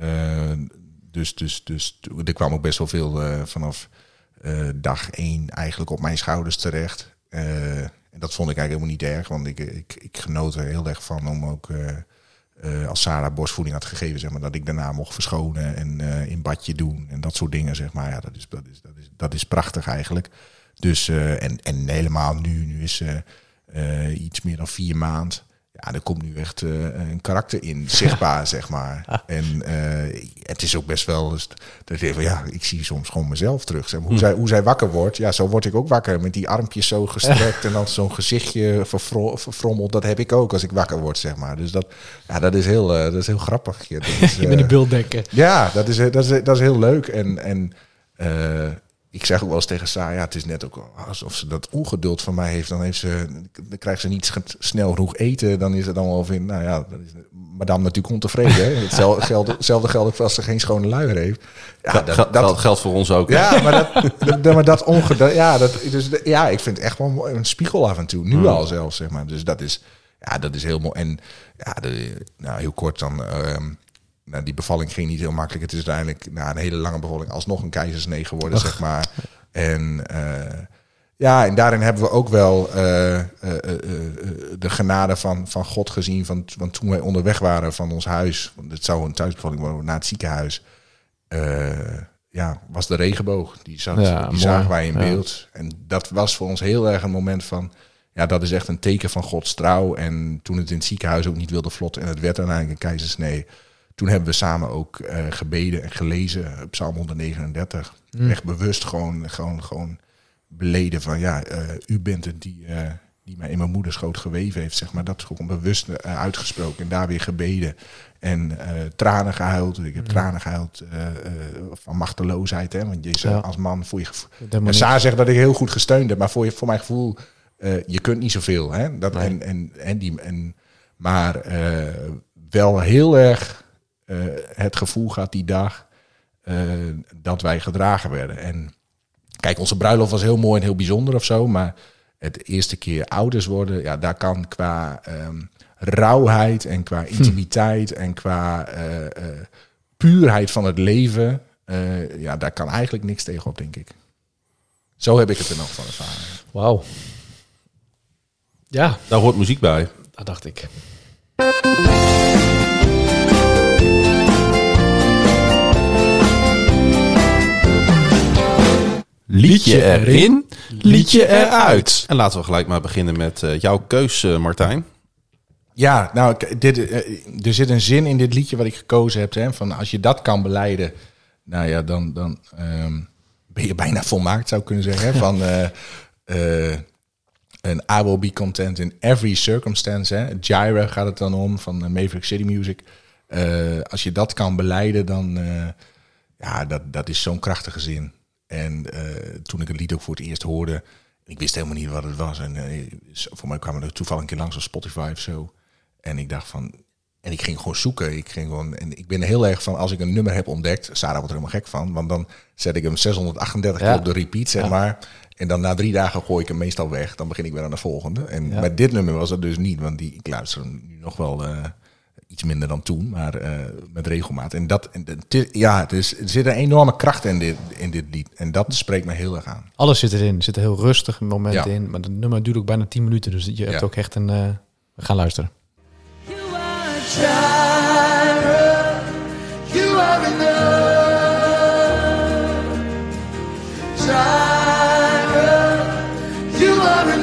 Dus er kwam ook best wel veel vanaf... dag 1 eigenlijk op mijn schouders terecht. En dat vond ik eigenlijk helemaal niet erg. Want ik genoot er heel erg van om ook... als Sarah borstvoeding had gegeven, zeg maar, dat ik daarna mocht verschonen en in badje doen en dat soort dingen, zeg maar. Ja, dat is prachtig eigenlijk. Dus en helemaal nu is iets meer dan 4 maanden. Ja, er komt nu echt een karakter in zichtbaar, zeg maar. En het is ook best wel... Dus, dat ik, ik zie soms gewoon mezelf terug. Zeg maar. Hoe zij wakker wordt, ja, zo word ik ook wakker. Met die armpjes zo gestrekt en dan zo'n gezichtje verfrommeld. Dat heb ik ook als ik wakker word, zeg maar. Dus dat is heel grappig. Ja, je bent die beelddekker. Ja, dat is heel leuk. En ik zeg ook wel eens tegen Sarah, ja, het is net ook alsof ze dat ongeduld van mij heeft. Dan krijgt ze niet snel genoeg eten. Dan is het dan wel van, nou ja, madame natuurlijk ontevreden. Hetzelfde geldt ook als ze geen schone luier heeft. Ja, dat geldt voor ons ook. Ja, maar dat ongeduld, ja, ik vind het echt wel een spiegel af en toe. Nu al zelfs, zeg maar. Dus dat is heel mooi. En ja, heel kort dan... die bevalling ging niet heel makkelijk. Het is uiteindelijk na een hele lange bevalling alsnog een keizersnee geworden, zeg maar. En en daarin hebben we ook wel de genade van God gezien. Van toen wij onderweg waren van ons huis. Want het zou een thuisbevalling worden naar het ziekenhuis. Was de regenboog. Die zagen wij in beeld. En dat was voor ons heel erg een moment van... Ja, dat is echt een teken van Gods trouw. En toen het in het ziekenhuis ook niet wilde vlotten... en het werd uiteindelijk een keizersnee... Toen hebben we samen ook gebeden en gelezen, Psalm 139. Echt bewust gewoon beleden van u bent het die mij in mijn moederschoot geweven heeft, zeg maar. Dat is gewoon bewust uitgesproken en daar weer gebeden. En tranen gehuild. Ik heb tranen gehuild van machteloosheid. Hè? Want je als man voel je... En Saar zegt dat ik heel goed gesteund heb, maar voor mijn gevoel, je kunt niet zoveel. Hè? Maar wel heel erg... het gevoel gaat die dag dat wij gedragen werden. En kijk, onze bruiloft was heel mooi en heel bijzonder of zo, maar het eerste keer ouders worden, ja, daar kan qua rauwheid en qua intimiteit en qua puurheid van het leven, daar kan eigenlijk niks tegenop, denk ik. Zo heb ik het er nog van ervaren. Wauw. Ja. Daar hoort muziek bij. Dat dacht ik. Liedje erin, liedje eruit. En laten we gelijk maar beginnen met jouw keus, Martijn. Ja, nou, er zit een zin in dit liedje wat ik gekozen heb. Hè, van als je dat kan belijden, nou ja, dan ben je bijna volmaakt, zou ik kunnen zeggen. Hè, van En I Will Be Content in Every Circumstance. Hè. Gyra gaat het dan om, van Maverick City Music. Als je dat kan belijden, dan... dat is zo'n krachtige zin. En toen ik het lied ook voor het eerst hoorde... Ik wist helemaal niet wat het was. En voor mij kwam er toevallig een keer langs op Spotify of zo. En ik dacht van... En ik ging gewoon zoeken. En ik ben heel erg van, als ik een nummer heb ontdekt... Sarah wordt er helemaal gek van. Want dan zet ik hem 638 keer op de repeat, zeg maar. En dan na 3 dagen gooi ik hem meestal weg. Dan begin ik weer aan de volgende. En met dit nummer was dat dus niet. Want ik luister hem nu nog wel iets minder dan toen. Maar met regelmaat. Er zit een enorme kracht in dit lied. En dat spreekt me heel erg aan. Alles zit erin. Er zitten heel rustige momenten in. Maar het nummer duurt ook bijna 10 minuten. Dus je hebt ook echt een... we gaan luisteren. Gyra, you are enough. Gyra, you are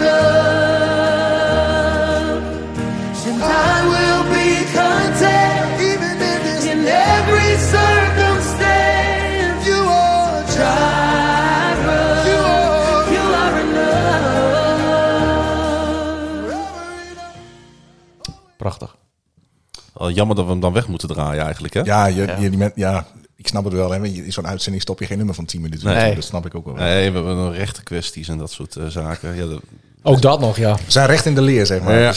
enough. And I will be content, even in every circumstance. You are Gyra, you are enough. Prachtig. Jammer dat we hem dan weg moeten draaien eigenlijk, hè? Ik snap het wel. Hè? In zo'n uitzending stop je geen nummer van 10 minuten. Nee. Dat snap ik ook wel. Nee, we hebben nog rechten kwesties en dat soort zaken. Ja, Ook dat nog, ja. We zijn recht in de leer, zeg maar.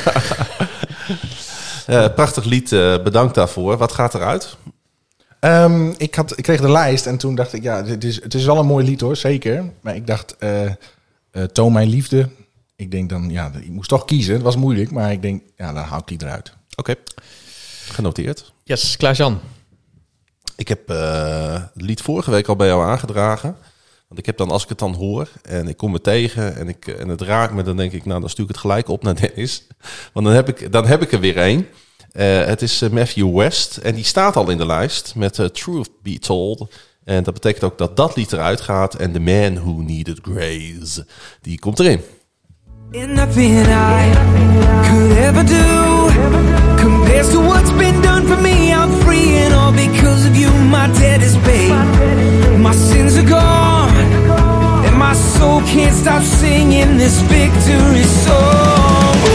Ja. Prachtig lied, bedankt daarvoor. Wat gaat eruit? Ik kreeg de lijst en toen dacht ik... Het is wel een mooi lied hoor, zeker. Maar ik dacht, Toon mijn liefde. Ik denk dan, ik moest toch kiezen. Het was moeilijk, maar ik denk, dan hou ik die eruit. Oké, genoteerd. Yes, Klaas-Jan. Ik heb het lied vorige week al bij jou aangedragen. Want ik heb dan, als ik het dan hoor en ik kom me tegen en het raakt me, dan denk ik, dan stuur ik het gelijk op naar Dennis. Want dan heb ik er weer één. Het is Matthew West en die staat al in de lijst met Truth Be Told. En dat betekent ook dat lied eruit gaat. En The Man Who Needed Grace, die komt erin. And nothing I could ever do compares to what's been done for me. I'm free and all because of you. My debt is paid, my sins are gone, and my soul can't stop singing this victory song. Oh,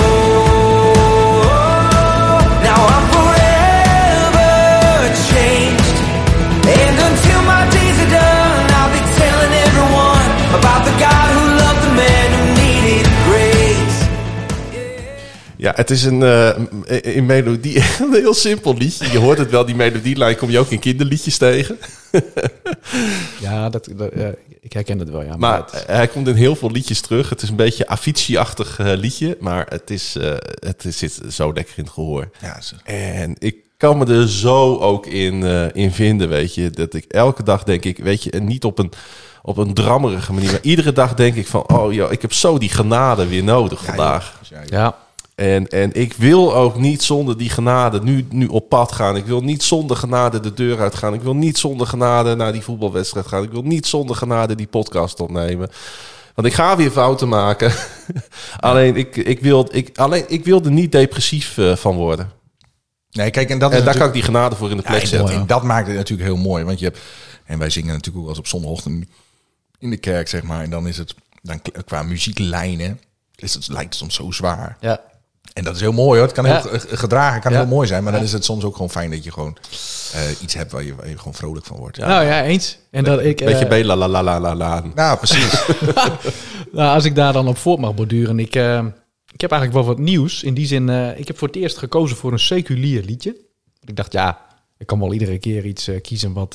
now I'm forever changed, and until my days are done, I'll be telling everyone about the God who loved the man who needed grace. Ja, het is een melodie, een heel simpel liedje. Je hoort het wel, die melodielijn kom je ook in kinderliedjes tegen. Ja, ik herken het wel, ja. Maar hij komt in heel veel liedjes terug. Het is een beetje Avicii-achtig liedje, maar het zit zo lekker in het gehoor. Ja, en ik kan me er zo ook in vinden, weet je. Dat ik elke dag denk ik, weet je, niet op een drammerige manier, maar iedere dag denk ik van, oh joh, ik heb zo die genade weer nodig vandaag. Ja. En ik wil ook niet zonder die genade nu op pad gaan. Ik wil niet zonder genade de deur uitgaan. Ik wil niet zonder genade naar die voetbalwedstrijd gaan. Ik wil niet zonder genade die podcast opnemen. Want ik ga weer fouten maken. Alleen ik wil er niet depressief van worden. Nee, kijk, en daar kan ik die genade voor in de plek zetten. En dat maakt het natuurlijk heel mooi. Want wij zingen natuurlijk ook wel eens op zondagochtend in de kerk, zeg maar. En dan is het qua muzieklijnen lijkt het soms zo zwaar. Ja. En dat is heel mooi hoor. Het kan heel gedragen, kan heel mooi zijn. Maar dan is het soms ook gewoon fijn dat je gewoon iets hebt waar je gewoon vrolijk van wordt. Ja. Nou ja, eens. En dat ik beetje la la la la la la. Nou, precies. Nou, als ik daar dan op voort mag borduren. Ik heb eigenlijk wel wat nieuws. In die zin, ik heb voor het eerst gekozen voor een seculier liedje. Ik dacht, ik kan wel iedere keer iets kiezen wat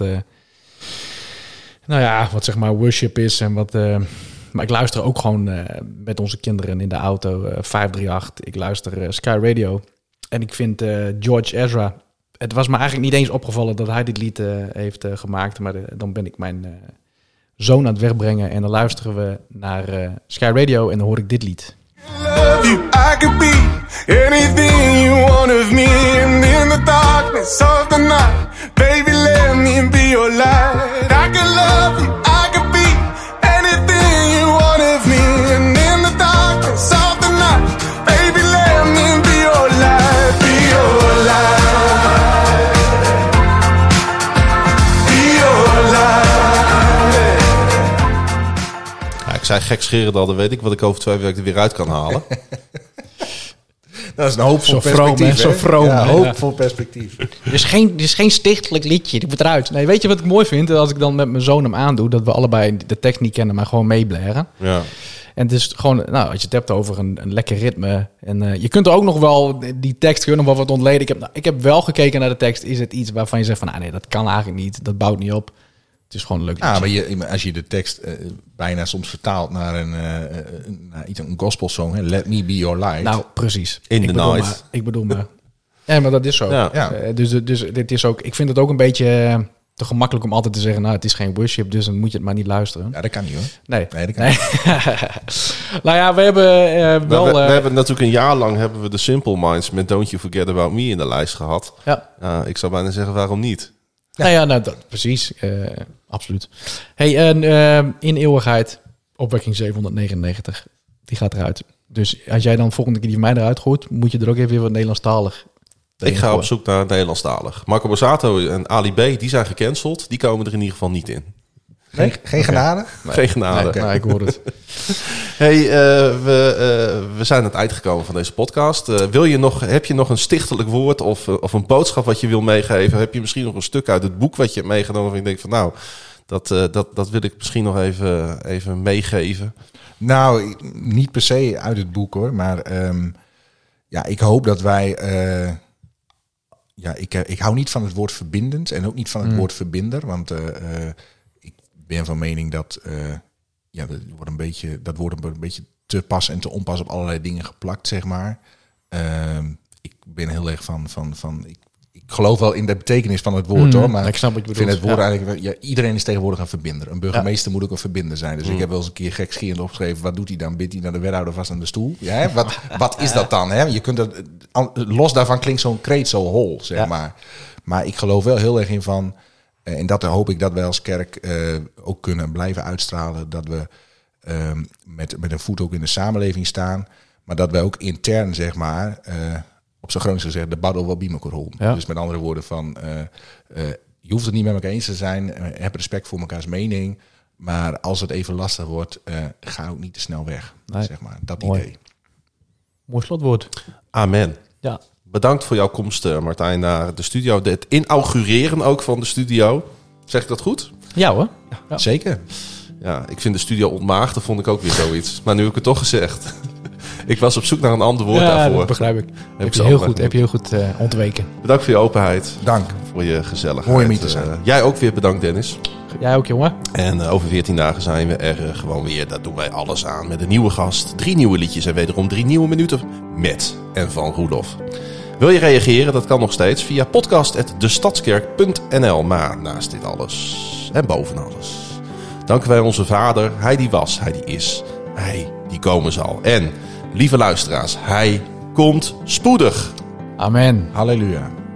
zeg maar worship is en wat... Maar ik luister ook gewoon met onze kinderen in de auto 538. Ik luister Sky Radio. En ik vind George Ezra... Het was me eigenlijk niet eens opgevallen dat hij dit lied heeft gemaakt. Maar dan ben ik mijn zoon aan het wegbrengen. En dan luisteren we naar Sky Radio en dan hoor ik dit lied. Love you, I could be anything you want of me. And in the darkness of the night, baby, let me be your light. I can love you, I could be anything you want of me. And in the darkness of the night, baby, let me be your light, be your light, be your light. Ja, ik zei gekscherend al, dan weet ik wat ik over 2 weken er weer uit kan halen. Dat is een hoopvol Zo vroom, perspectief. hè? Zo vroom, Ja, hè? hoopvol perspectief. Het is geen stichtelijk liedje. Die moet eruit. Nee, weet je wat ik mooi vind? Als ik dan met mijn zoon hem aandoe, dat we allebei de tekst niet kennen, maar gewoon meeblaren. Ja. En het is gewoon, nou, als je het hebt over een lekker ritme. En je kunt er ook nog wel, die tekst kun je nog wel wat ontleden. Ik heb wel gekeken naar de tekst. Is het iets waarvan je zegt van, nee, dat kan eigenlijk niet. Dat bouwt niet op. Het is gewoon een leuk liedje. Maar als je de tekst bijna soms vertaalt naar een gospelsong, hè, Let Me Be Your Light. Nou, precies. In Ik the bedoel night. maar- Ik bedoel maar. Ja, maar dat is zo. Ja. Ja. Dus dit is ook, ik vind het ook een beetje te gemakkelijk om altijd te zeggen, nou, het is geen worship, dus dan moet je het maar niet luisteren. Ja, dat kan niet hoor. Nee. Nee, dat kan Nee. Nou ja, we hebben wel... we hebben natuurlijk een jaar lang hebben we de Simple Minds met Don't You Forget About Me in de lijst gehad. ja. Ik zou bijna zeggen, waarom niet? Nou ja, nou, precies. Absoluut. Hey, in eeuwigheid, opwekking 799, die gaat eruit. Dus als jij dan volgende keer die van mij eruit gooit, moet je er ook even weer wat Nederlandstalig. Ik ga op zoek naar Nederlandstalig. Marco Borsato en Ali B, die zijn gecanceld. Die komen er in ieder geval niet in. Geen genade? Geen genade. Nee, ik hoor het. Hey, we zijn aan het eind gekomen van deze podcast. Heb je nog een stichtelijk woord of een boodschap wat je wil meegeven? Heb je misschien nog een stuk uit het boek wat je hebt meegenomen? Of je denkt van nou, dat wil ik misschien nog even meegeven. Nou, niet per se uit het boek hoor. Maar ik hoop dat wij... ik hou niet van het woord verbindend en ook niet van het woord verbinder. Want ik ben van mening dat dat wordt een beetje te pas en te onpas op allerlei dingen geplakt, zeg maar. Ik ben heel erg van ik geloof wel in de betekenis van het woord, hoor. Maar ik snap wat je ik vind bedoelt. het woord Ja. eigenlijk... Ja, iedereen is tegenwoordig een verbinder. Een burgemeester moet ook een verbinder zijn. Dus ik heb wel eens een keer gekscherend opgeschreven... wat doet hij dan? Bidt hij naar de wethouder vast aan de stoel? Ja, hè? Wat is dat dan? Hè? Je kunt het, los daarvan klinkt zo'n kreet zo hol, zeg maar. Maar ik geloof wel heel erg in van... en dat hoop ik dat wij als kerk ook kunnen blijven uitstralen... dat we met een voet ook in de samenleving staan... maar dat wij ook intern, zeg maar... op zijn Gronings gezegd, de baddel wel biemekorhol. Ja. Dus met andere woorden van... je hoeft het niet met elkaar eens te zijn. Heb respect voor elkaars mening. Maar als het even lastig wordt... ga ook niet te snel weg. Nee. Zeg maar. Dat Mooi. idee. Mooi slotwoord. Amen. Ja. Bedankt voor jouw komst, Martijn, naar de studio. Het inaugureren ook van de studio. Zeg ik dat goed? Ja hoor. Ja. Zeker. Ja, ik vind de studio ontmaagd. Vond ik ook weer zoiets. Maar nu heb ik het toch gezegd. Ik was op zoek naar een ander woord daarvoor. Dat begrijp ik. Heb ze je heel allemaal goed, heb je heel goed ontweken. Bedankt voor je openheid. Dank. Voor je gezelligheid. Mooi om hier te zijn. Jij ook weer bedankt, Dennis. Jij ook, jongen. En over 14 dagen zijn we er gewoon weer. Daar doen wij alles aan met een nieuwe gast. 3 nieuwe liedjes en wederom 3 nieuwe minuten met en van Roelof. Wil je reageren? Dat kan nog steeds via podcast@destadskerk.nl. Maar naast dit alles en boven alles danken wij onze Vader. Hij die was, hij die is, hij die komen zal. En lieve luisteraars, hij komt spoedig. Amen. Halleluja.